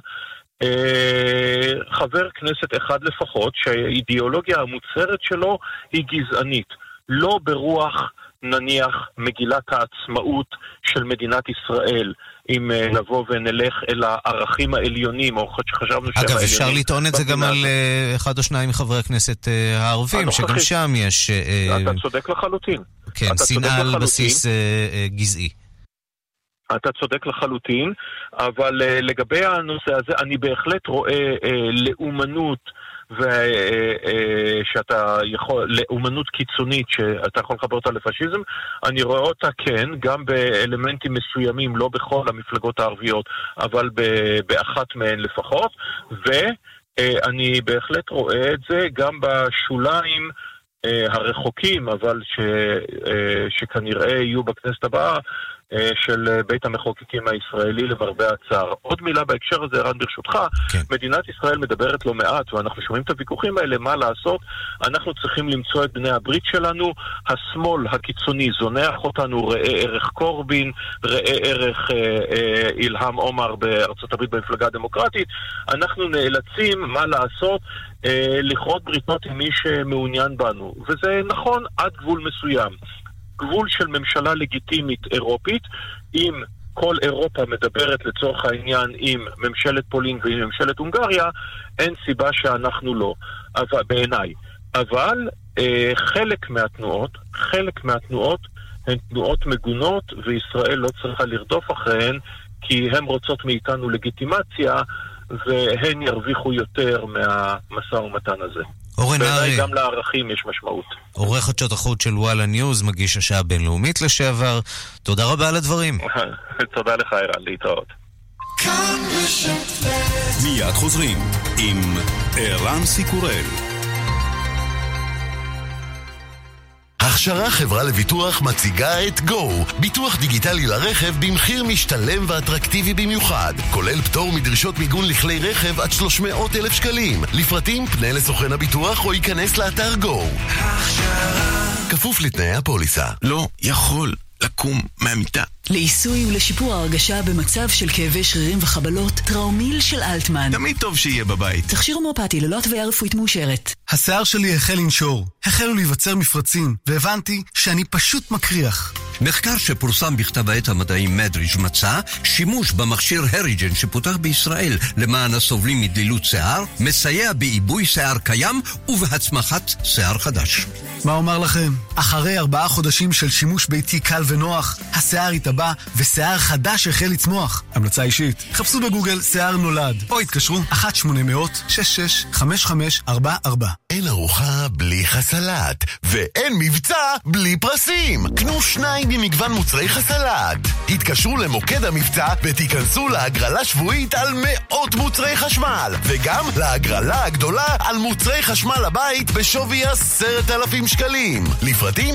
חבר כנסת אחד לפחות, שהאידיאולוגיה המוצהרת שלו היא גזענית. לא ברוח נניח מגילת העצמאות של מדינת ישראל, אם נבוא ונלך אל הערכים העליונים, או שחשבנו שהם אגב, אפשר לטעון את זה גם על אחד או שניים מחברי הכנסת הערבים, שגם שם יש... אתה צודק לחלוטין. כן, שנאה על בסיס גזעי. אתה צודק לחלוטין, אבל לגבי הנושא הזה, אני בהחלט רואה לאומנות, שאתה יכול, לאומנות קיצונית שאתה יכול לחבר אותה לפשיזם, אני רואה אותה כן, גם באלמנטים מסוימים, לא בכל המפלגות הערביות, אבל באחת מהן לפחות, ואני בהחלט רואה את זה גם בשוליים הרחוקים, אבל שכנראה יהיו בכנסת הבאה, של בית המחוקקים הישראלי למרבה הצער. עוד מילה בהקשר הזה, רן, ברשותך, כן. מדינת ישראל מדברת לא מעט, ואנחנו שומעים את הוויכוחים האלה, מה לעשות? אנחנו צריכים למצוא את בני הברית שלנו, השמאל הקיצוני זונח אותנו, ראה ערך קורבין, ראה ערך אילהam עומר בארצות הברית במפלגה הדמוקרטית, אנחנו נאלצים, מה לעשות? לכרות בריתות עם מי שמעוניין בנו, וזה נכון עד גבול מסוים. גבול של ממשלה לגיטימית אירופית, אם כל אירופה מדברת לצורך העניין עם ממשלת פולין ועם ממשלת הונגריה, אין סיבה שאנחנו לא, אבל, בעיניי. אבל חלק מהתנועות הן תנועות מגונות, וישראל לא צריכה לרדוף אחריהן, כי הן רוצות מאיתנו לגיטימציה, והן ירוויחו יותר מהמשא ומתן הזה. בעיניי גם לערכים יש משמעות. עורך חדשות החוץ של וואלה ניוז, מגיש השעה הבינלאומית לשעבר. תודה רבה על הדברים. תודה לך, ערן, להתראות. מיד חוזרים עם ערן סיקורל. הכשרה חברה לביטוח מציגה את גו, ביטוח דיגיטלי לרכב במחיר משתלם ואטרקטיבי במיוחד, כולל פטור מדרישות מיגון לכלי רכב עד 300,000 שקלים. לפרטים פנה לסוכן הביטוח או ייכנס לאתר גו. הכשרה כפוף לתנאי הפוליסה. לא יכול לקום מהמיטה. לעיסוי ולשיפור ההרגשה במצב של כאבי שרירים וחבלות, טראומיל של אלטמן. תמיד טוב שיהיה בבית. תכשיר הומאופתי ללא התוויה רפואית מאושרת. השיער שלי החל לנשור, החלו להיווצר מפרצים, והבנתי שאני פשוט מקריח. מחקר שפורסם בכתב העת המדעי מדריג' מצא שימוש במכשיר הריג'ן שפותח בישראל למען הסובלים מדלילות שיער, מסייע בעיבוי שיער קיים ובהצמחת שיער חדש. מה אומר לכם? אחרי 4 חודשים של שימוש ביתי קל ונוח, השיער התאבא ושיער חדש החל לצמוח. המלצה אישית, חפשו בגוגל שיער נולד, או התקשרו 1-800-665544. אין ארוחה בלי חסלת, ואין מבצע בלי פרסים. קנו 2 ממגוון מוצרי חסלת. התקשרו למוקד המבצע ותיכנסו להגרלה שבועית על מאות מוצרי חשמל, וגם להגרלה הגדולה על מוצרי חשמל הבית בשווי 10,000 שקלים. לפרטים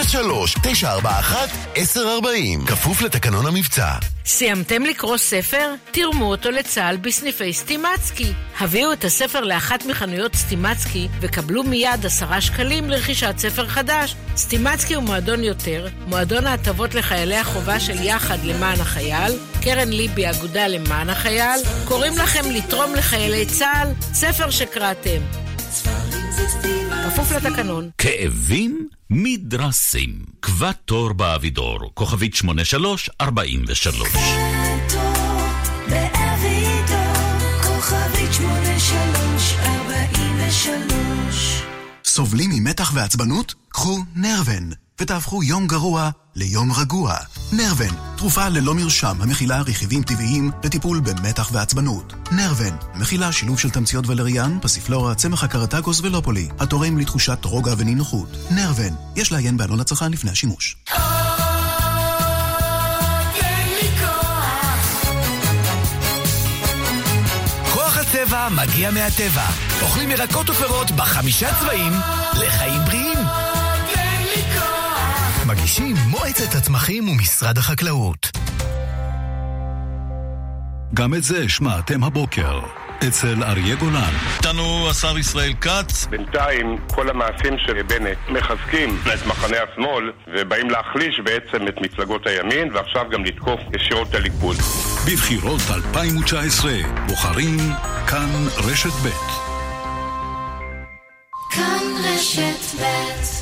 03-941-1040. כפוף לתקנון המבצע. סיימתם לקרוא ספר? תרמו אותו לצה"ל בסניפי סטימצקי. הביאו את הספר לאחת מחנויות סטימצקי וקבלו מיד 10 שקלים לרכישת ספר חדש. סטימצקי הוא מועדון יותר, מועדון ההטבות לחיילי החובה של יחד למען החייל, קרן ליבי אגודה למען החייל, קוראים לכם לתרום לחיילי צה"ל ספר שקראתם. כפוף לתקנון. כאבים מדרסים. קבט תור באבידור, כוכבית 8343. סובלים ממתח ועצבנות? קחו נרוון ותהפכו יום גרוע ליום רגוע. נרוון, תרופה ללא מרשם המכילה רכיבים טבעיים לטיפול במתח ועצבנות. נרוון, מכילה שילוב של תמציות ולריאן, פסיפלורה, צמח הקרטגוס ולופולי, התורם לתחושת רוגע ונינוחות. נרוון, יש לעיין בעלון הצרכן לפני השימוש. כוח הצבע מגיע מהטבע. אוכלים ירקות ופירות ב5 צבעים לחיים בריאים. מגישים מועצת הצמחים ומשרד החקלאות. גם את זה שמעתם הבוקר אצל אריה גולן. איתנו השר ישראל כץ. בינתיים כל המעשים של בנט מחזקים את מחנה השמאל ובאים להחליש בעצם את מפלגות הימין ועכשיו גם לתקוף ישירות את הליכוד. בבחירות 2019 בוחרים כאן רשת ב'. כאן רשת ב'.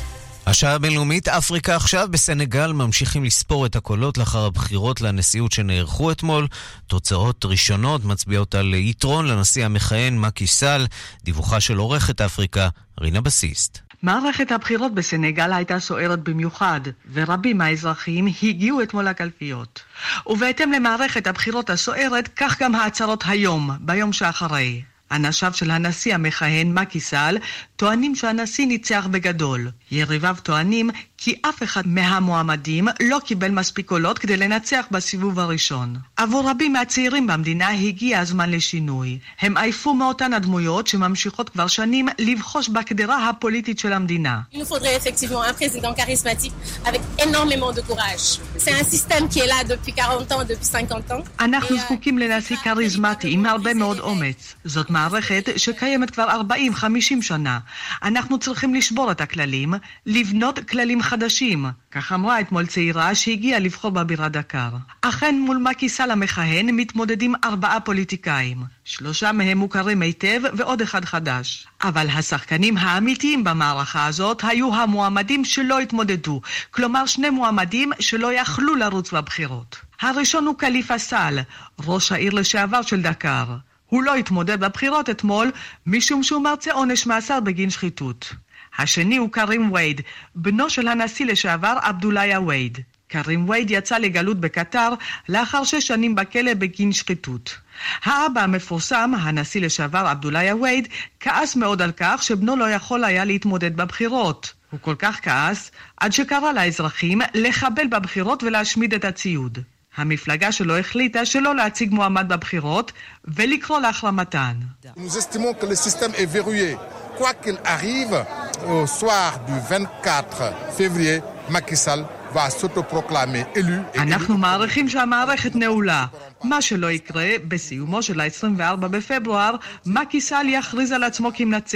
השעה הבינלאומית, אפריקה עכשיו. בסנגל ממשיכים לספור את הקולות לאחר הבחירות לנשיאות שנערכו אתמול. תוצאות ראשונות מצביעות על יתרון לנשיא המכהן מקי סאל. דיווחה של עורכת אפריקה, רינה בסיסט. מערכת הבחירות בסנגל הייתה סוערת במיוחד, ורבים מהאזרחים הגיעו אתמול לקלפיות. ובהתאם למערכת הבחירות הסוערת, כך גם ההצהרות היום, ביום שאחרי. אנשיו של הנשיא המכהן מקי סאל טוענים שהנשיא ניצח בגדול. יריביו טוענים כי אף אחד מהמועמדים לא קיבל מספיק קולות כדי לנצח בסיבוב הראשון. עבור רבים מהצעירים במדינה הגיע הזמן לשינוי. הם עייפו מאותן הדמויות שממשיכות כבר שנים לבחוש בקדרה הפוליטית של המדינה. Il nous faudrait effectivement un président charismatique avec énormément de courage. C'est un système qui est là depuis 40 ans, depuis 50 ans. אנחנו זקוקים לנשיא כריזמטי עם הרבה מאוד אומץ. זאת מערכת שקיימת כבר 40-50 שנה. אנחנו צריכים לשבור את הכללים, לבנות כללים חדשים. כך אמרה אתמול צעירה שהגיעה לבחור בבירה דקר. אכן מול מקי סאל המכהן מתמודדים 4 פוליטיקאים. 3 מהם מוכרים היטב ועוד 1 חדש. אבל השחקנים האמיתיים במערכה הזאת היו המועמדים שלא התמודדו. כלומר 2 מועמדים שלא יכלו לרוץ בבחירות. הראשון הוא קליפה סאל, ראש העיר לשעבר של דקר. הוא לא התמודד בבחירות אתמול משום שהוא מרצה עונש מאסר בגין שחיתות. השני הוא קרים וייד, בנו של הנשיא לשעבר עבדולאי וייד. קרים וייד יצא לגלות בקטר לאחר 6 שנים בכלא בגין שחיתות. האבא המפורסם, הנשיא לשעבר עבדולאי וייד, כעס מאוד על כך שבנו לא יכול היה להתמודד בבחירות. הוא כל כך כעס עד שקרא לאזרחים לחבל בבחירות ולהשמיד את הציוד. המפלגה שלו החליטה שלא להציג מועמד בבחירות ולקרוא להחרמתן. Nous estimons que le système est verrouillé. Quoi qu'il arrive, au soir du 24 février, Macky Sall va s'autoproclamer élu. אנחנו מעריכים שהמערכת נעולה. מה שלא יקרה, בסיומו של ה-24 בפברואר, מקי סאל יכריז על עצמו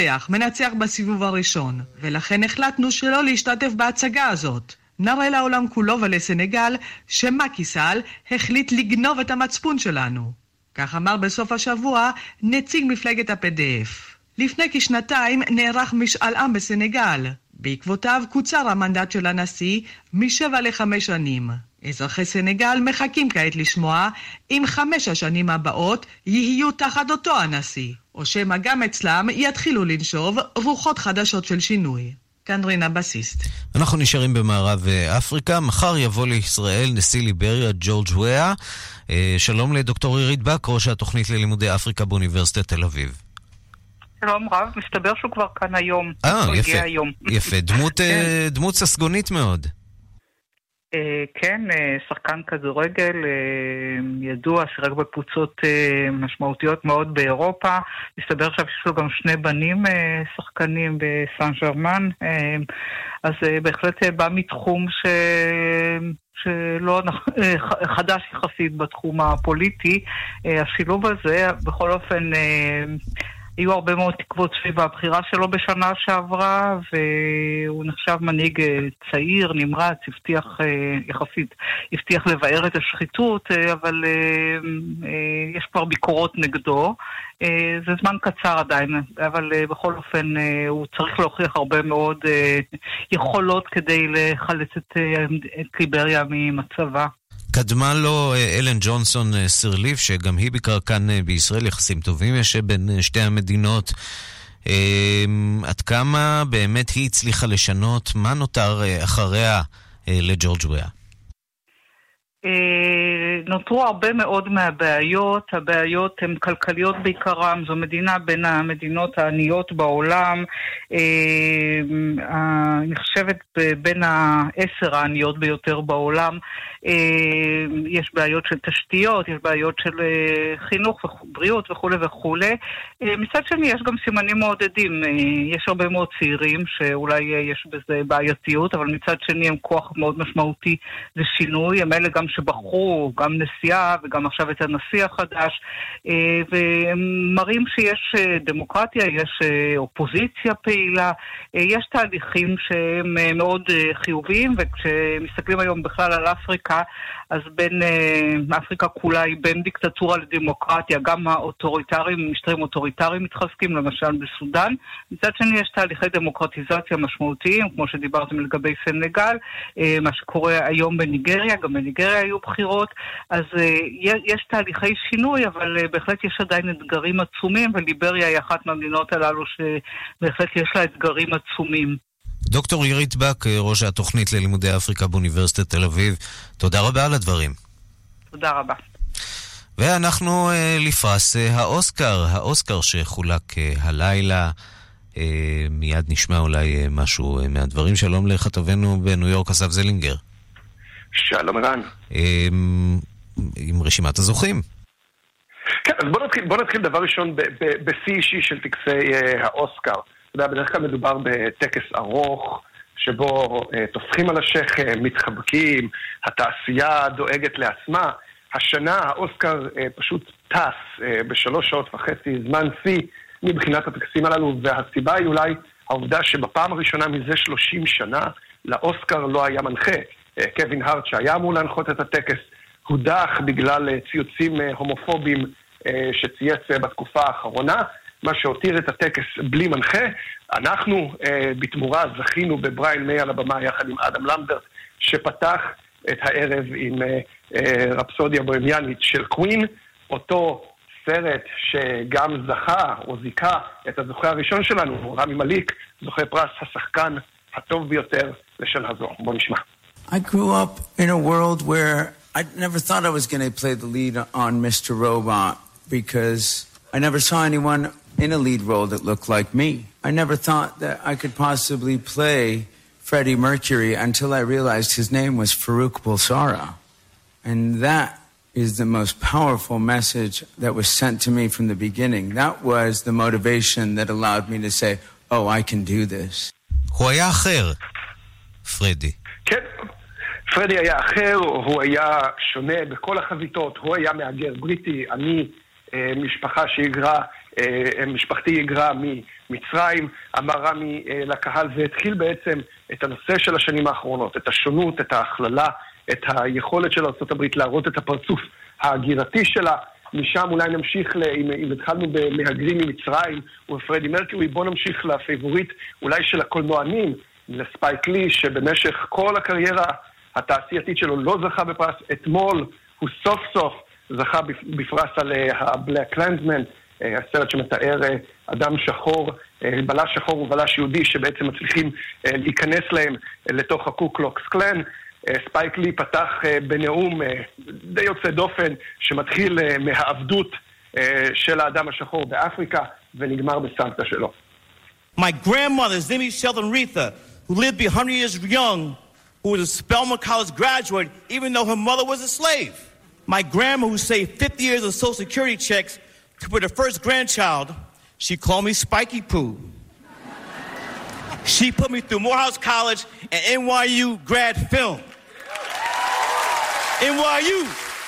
מנצח בסיבוב הראשון. ולכן החלטנו שלא להשתתף בהצגה הזאת. נראה לעולם כולו ולסנגל שמקי סאל החליט לגנוב את המצפון שלנו. כך אמר בסוף השבוע נציג מפלגת ה-PDF. לפני כשנתיים נערך משאל עם בסנגל. בעקבותיו קוצר המנדט של הנשיא מ7 ל5 שנים. אזרחי סנגל מחכים כעת לשמוע אם 5 השנים הבאות יהיו תחת אותו הנשיא, או שמא גם אצלם יתחילו לנשוב רוחות חדשות של שינוי. כאן רינה בסיסט. אנחנו נשארים במערב אפריקה. מחר יבוא לישראל נשיא ליבריה ג'ורג' וויה. שלום לדוקטור עירית בק, ראש התוכנית ללימודי אפריקה באוניברסיטת תל אביב. שלום רב, מסתבר שהוא כבר כאן היום. יפה, יפה. דמות ססגונית מאוד. כן, שחקן כדורגל ידוע, שיחק בקבוצות משמעותיות מאוד באירופה. מסתבר שיש לו גם 2 בנים שחקנים בסן ז'רמן, אז בהחלט בא מתחום שלא חדש יחסית בתחום הפוליטי. השילוב הזה, בכל אופן, היו הרבה מאוד תקוות סביב הבחירה שלו בשנה שעברה, והוא נחשב מנהיג צעיר, נמרץ, הבטיח לבאר את השחיתות, אבל יש כבר ביקורות נגדו. זה זמן קצר עדיין, אבל בכל אופן הוא צריך להוכיח הרבה מאוד יכולות כדי לחלץ את ליבריה ממצבה. קדמה לו אלן ג'ונסון סירליף, שגם היא ביקרה כאן בישראל, יחסים טובים יש בין שתי המדינות. עד כמה באמת היא הצליחה לשנות? מה נותר אחריה לג'ורג' וויה? נותרו הרבה מאוד מהבעיות. הבעיות הן כלכליות בעיקרם. זו מדינה בין המדינות העניות בעולם, נחשבת בין 10 העניות ביותר בעולם. יש בעיות של תשתיות, יש בעיות של חינוך ובריאות וכו' וכו'. מצד שני יש גם סימנים מעודדים. יש הרבה מאוד צעירים שאולי יש בזה בעייתיות, אבל מצד שני הם כוח מאוד משמעותי לשינוי. הם אלה גם שבחרו גם נשיאה וגם עכשיו את הנשיא החדש, והם מראים שיש דמוקרטיה, יש אופוזיציה פעילה, יש תהליכים שהם מאוד חיוביים. וכשמסתכלים היום בכלל על אפריקה, אז בין אפריקה כולה היא בין דיקטטורה לדמוקרטיה, גם האוטוריטריים, משטרים אוטוריטריים מתחזקים, למשל בסודן. מצד שני יש תהליכי דמוקרטיזציה משמעותיים, כמו שדיברתם לגבי סנגל, מה שקורה היום בניגריה, גם בניגריה היו בחירות, אז יש תהליכי שינוי, אבל בהחלט יש עדיין אתגרים עצומים, וליבריה היא אחת מהמדינות הללו שבהחלט יש לה אתגרים עצומים. דוקטור עירית בק, ראש התוכנית ללימודי אפריקה באוניברסיטת תל אביב, תודה רבה על הדברים. תודה רבה. ואנחנו לפרס האוסקר שחולק הלילה. מיד נשמע אולי משהו מהדברים. שלום לכתבנו בניו יורק, אסף זלינגר. שלום ערן. עם רשימת הזוכים. כן, אז בוא נתחיל דבר ראשון בשיא אישי של טקסי האוסקר. אתה יודע, בדרך כלל מדובר בטקס ארוך, שבו תופחים על השכם, מתחבקים, התעשייה דואגת לעצמה. השנה האוסקר פשוט טס ב3.5 שעות, זמן שיא מבחינת הטקסים הללו, והסיבה היא אולי העובדה שבפעם הראשונה מזה 30 שנה לאוסקר לא היה מנחה. קווין הארט, שהיה אמור להנחות את הטקס, הודח בגלל ציוצים הומופובים שצייץ בתקופה האחרונה, מה שהותיר את הטקס בלי מנחה. אנחנו בתמורה זכינו בבריין מיי על הבמה יחד עם אדם למברט, שפתח את הערב עם רפסודיה בוהמיאנית של קווין, אותו סרט שגם זכה או זיכה את הזוכה הראשון שלנו, רמי מליק, זוכה פרס השחקן הטוב ביותר לשנה זו. בוא נשמע. I grew up in a world where I never thought I was going to play the lead on Mr. Robot because I never saw anyone in a lead role that looked like me. I never thought that I could possibly play Freddie Mercury until I realized his name was Farouk Bulsara. And that is the most powerful message that was sent to me from the beginning. That was the motivation that allowed me to say, oh, I can do this. הוא היה אחר, פרדי. כן, פרדי היה אחר, הוא היה שונה בכל החזיתות, הוא היה מהגר בריטי, אני משפחתי היגרה ממצרים, אמר רמי לקהל, והתחיל בעצם את הנושא של השנים האחרונות, את השונות, את ההכללה, את היכולת של ארצות הברית להראות את הפרצוף ההגירתי שלה. משם אולי נמשיך, אם התחלנו במהגרים ממצרים ופרדי מרקיורי, בוא נמשיך לפייבוריט אולי של הקולנוענים, לספייק לי, שבמשך כל הקריירה התעשייתית שלו לא זכה בפרס. אתמול הוא סוף סוף זכה בפרס על הבלק קלנסמן, הסרט שמתאר אדם שחור, בלש שחור ובלש יהודי שבעצם מצליחים להיכנס להם לתוך הקו קלוקס קלן. ספייק לי פתח בנאום די יוצא דופן שמתחיל מהעבדות של האדם השחור באפריקה ונגמר בסנקציה שלו. My grandmother, Zimmy Sheldon Retha, who lived 100 years young, who was a Spelman College graduate, even though her mother was a slave. My grandma, who saved 50 years of Social Security checks to put her first grandchild, she called me Spiky Poo. She put me through Morehouse College and NYU grad film. NYU!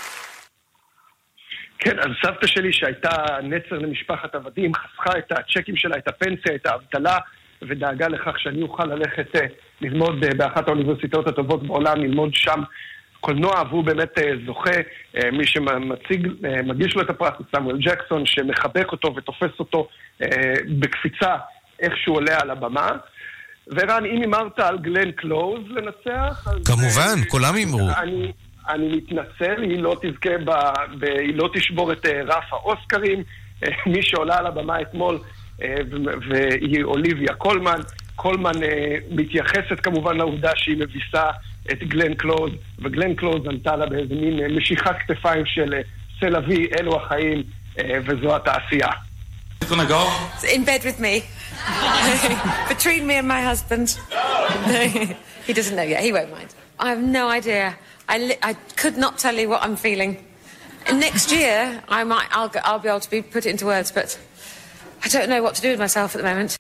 כן, אז סבתא שלי שהייתה נצר למשפחת עבדים, חסכה את הצ'קים שלה, את הפנסיה, את האבטלה, ודאגה לכך שאני אוכל ללכת ללמוד באחת האוניברסיטאות הטובות בעולם, ללמוד שם קולנוע, והוא באמת זוכה, מי שמגיש לו את הפרס, סמואל ג'קסון, שמחבק אותו ותופס אותו בקפיצה איך שהוא עולה על הבמה. ורן, אם אמרת על גלן קלוז לנצח... כמובן, כולם אמרו. אני מתנצל, היא לא תזכה היא לא תשבור את רף האוסקרים. מי שעולה על הבמה אתמול, והיא אוליביה קולמן. קולמן מתייחסת כמובן לעובדה שהיא מביסה את גלן קלוז, וגלן קלוז ענתה לה באיזה מין משיכת כתפיים של סלווי, אלו החיים, וזו התעשייה. In bed with me. Between me and my husband. He doesn't know yet, he won't mind. I have no idea. I could not tell you what I'm feeling. Next year, I'll be able to put it into words, but I don't know what to do with myself at the moment.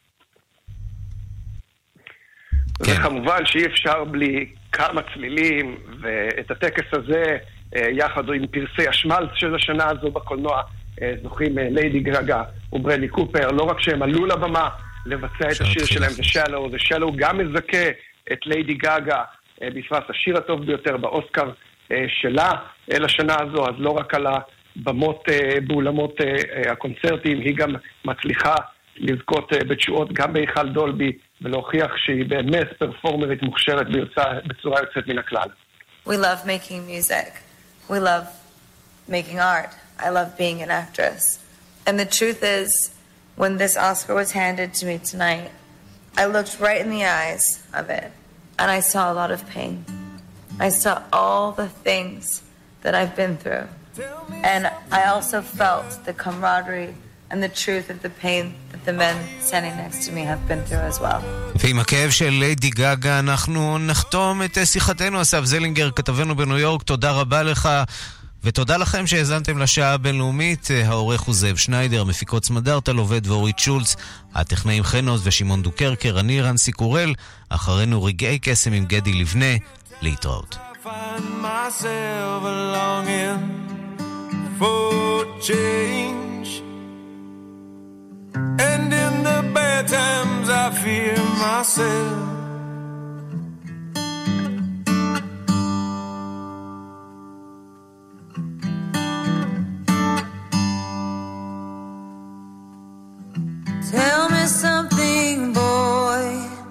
וכמובן שאי אפשר בלי כמה צלילים, ואת הטקס הזה, יחד עם פרסי השמלץ של השנה הזו בקולנוע, זוכים ליידי גגה וברדלי קופר. לא רק שהם עלו לבמה לבצע את השיר שלהם, זה שלו, שלו גם מזכה את ליידי גגה בפרס השיר הטוב ביותר באוסקר שלה לשנה הזו, אז לא רק על הבמות באולמות הקונצרטים, היא גם מצליחה לזכות בתשואות גם בהיכל דולבי, ולהוכיח שהיא באמת פרפורמרית מוכשרת בצורה יוצאת מן הכלל. We love making music. We love making art. I love being an actress. And the truth is, when this Oscar was handed to me tonight, I looked right in the eyes of it, and I saw a lot of pain. I saw all the things that I've been through. And I also felt the camaraderie and the truth of the pain that the men standing next to me have been through as well. ועם הכאב של ליידי גגה אנחנו נחתום את שיחתנו. אסף זלינגר, כתבנו בניו יורק, תודה רבה לך, ותודה לכם שהאזנתם לשעה הבינלאומית. העורך הוא זאב שניידר, מפיקות סמדארטה לובד ואורית שולץ, הטכנאים חנוז ושמעון דוקרקר, אני רנסי קורל. אחרינו רגעי קסם עם גדי לבנה. להתראות. And in the bad times I fear myself. Tell me something, boy.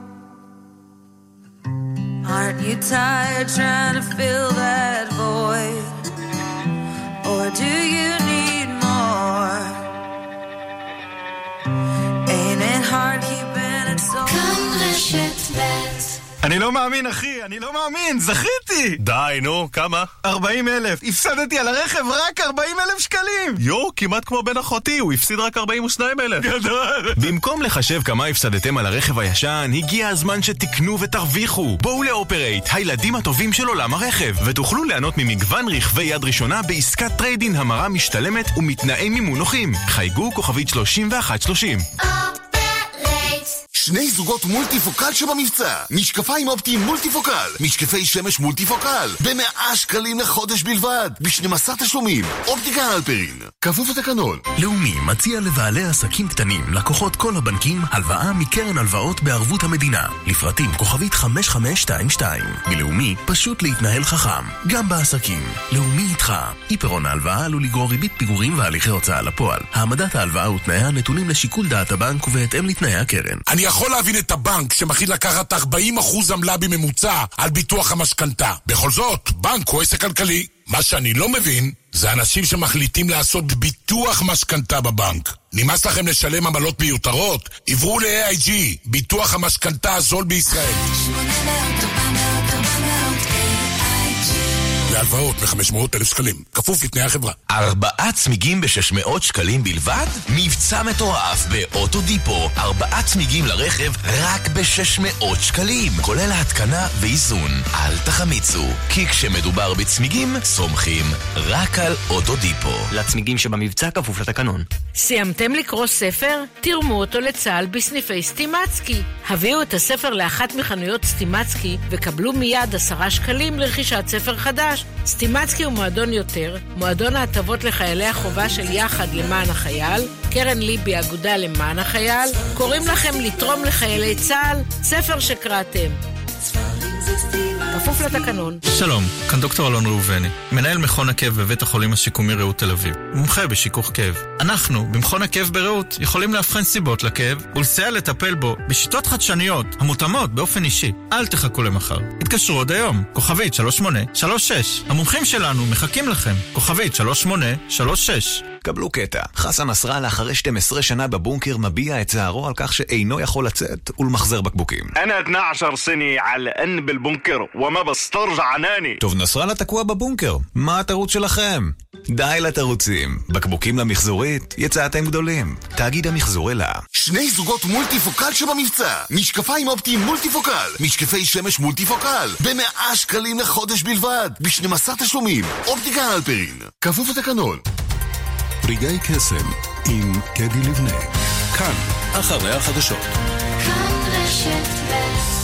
Aren't you tired trying to fill that void? Or do you need more? Hard keeping it so. כאן רשת ב'. אני לא מאמין, אחי, אני לא מאמין, זכיתי! די, נו, כמה? 40,000, הפסדתי על הרכב רק 40,000 שקלים! יו, כמעט כמו בן אחותי, הוא הפסיד רק 42,000. גדול! במקום לחשב כמה הפסדתם על הרכב הישן, הגיע הזמן שתקנו ותרוויחו. בואו לאופרייט, הילדים הטובים של עולם הרכב, ותוכלו ליהנות ממגוון רכבי יד ראשונה בעסקת טריידין המרה משתלמת ומתנאי מימון נוחים. חייגו כוכבית 3130. שני זוגות מולטיפוקל שבמבצע. משקפיים אופטיים מולטיפוקל, משקפי שמש מולטיפוקל, ב100 שקלים לחודש בלבד, ב12 תשלומים. אופטיקה הלפרין, כפוף לתקנון. לאומי מציע לבעלי עסקים קטנים, לקוחות כל הבנקים, הלוואה מקרן הלוואות בערבות המדינה. לפרטים כוכבית 5522. מלאומי פשוט להתנהל חכם, גם בעסקים. לאומי איתך. אי פירעון ההלוואה עלול לגרור ריבית פיגורים והליכי הוצאה לפועל. העמדת ההלוואה ותנאיה נתונים לשיקול דעת הבנק ובהתאם לתנאי הקרן. אני יכול להבין את הבנק שמחליט לקחת 40% עמלה בממוצע על ביטוח המשכנתה. בכל זאת, בנק הוא עסק כלכלי. מה שאני לא מבין זה אנשים שמחליטים לעשות ביטוח משכנתה בבנק. נמאס לכם לשלם עמלות מיותרות? עברו ל-AIG, ביטוח המשכנתה הזול בישראל. להלוואות מ-500,000 שקלים. כפוף לתנאי החברה. 4 צמיגים ב-600 שקלים בלבד? מבצע מטורף באוטודיפו. 4 צמיגים לרכב רק ב-600 שקלים. כולל ההתקנה ואיזון. אל תחמיצו, כי כשמדובר בצמיגים, סומכים רק על אוטודיפו. לצמיגים שבמבצע כפוף לתקנון. סיימתם לקרוא ספר? תרמו אותו לצה"ל בסניפי סטימצקי. הביאו את הספר לאחת מחנויות סטימצקי וקבלו מיד 10 שקלים לרכישת ספר חדש. סטימצקי הוא מועדון יותר, מועדון ההטבות לחיילי החובה של יחד למען החייל, קרן ליבי אגודה למען החייל, קוראים לכם לתרום לחיילי צה"ל, ספר שקראתם. כפוף לתקנון. שלום, כאן דוקטור אלון ראובני, מנהל מכון הכאב בבית החולים השיקומי רעות תל אביב, מומחה בשיכוך כאב. אנחנו, במכון הכאב ברעות, יכולים להבחן סיבות לכאב ולסייע לטפל בו בשיטות חדשניות, המותאמות באופן אישי. אל תחכו למחר. התקשרו עוד היום, כוכבית 3836. המומחים שלנו מחכים לכם, כוכבית 3836. קבלו קטע. חסן נסראללה אחרי 12 שנה בבונקר מביע את צערו על כך שאינו יכול לצאת ולמחזר בקבוקים. أنا 12 سنة على أن بالبنكر وما بسترجع عناني. טוב, נסראללה תקוע בבונקר. מה התירוץ שלכם? די לתירוצים. בקבוקים למחזורית, יצאתם גדולים. תאגיד המחזור אלה. 2 זוגות מולטיפוקל שבמבצע. משקפיים אופטיים מולטיפוקל. משקפי שמש מולטיפוקל. ב100 שקלים לחודש בלבד. ב12 תשלומים. אופטיקה אלפרין. כפוף לתקנון. רגעי קסם עם קדי לבנה. כאן, אחרי החדשות. כאן רשת ב'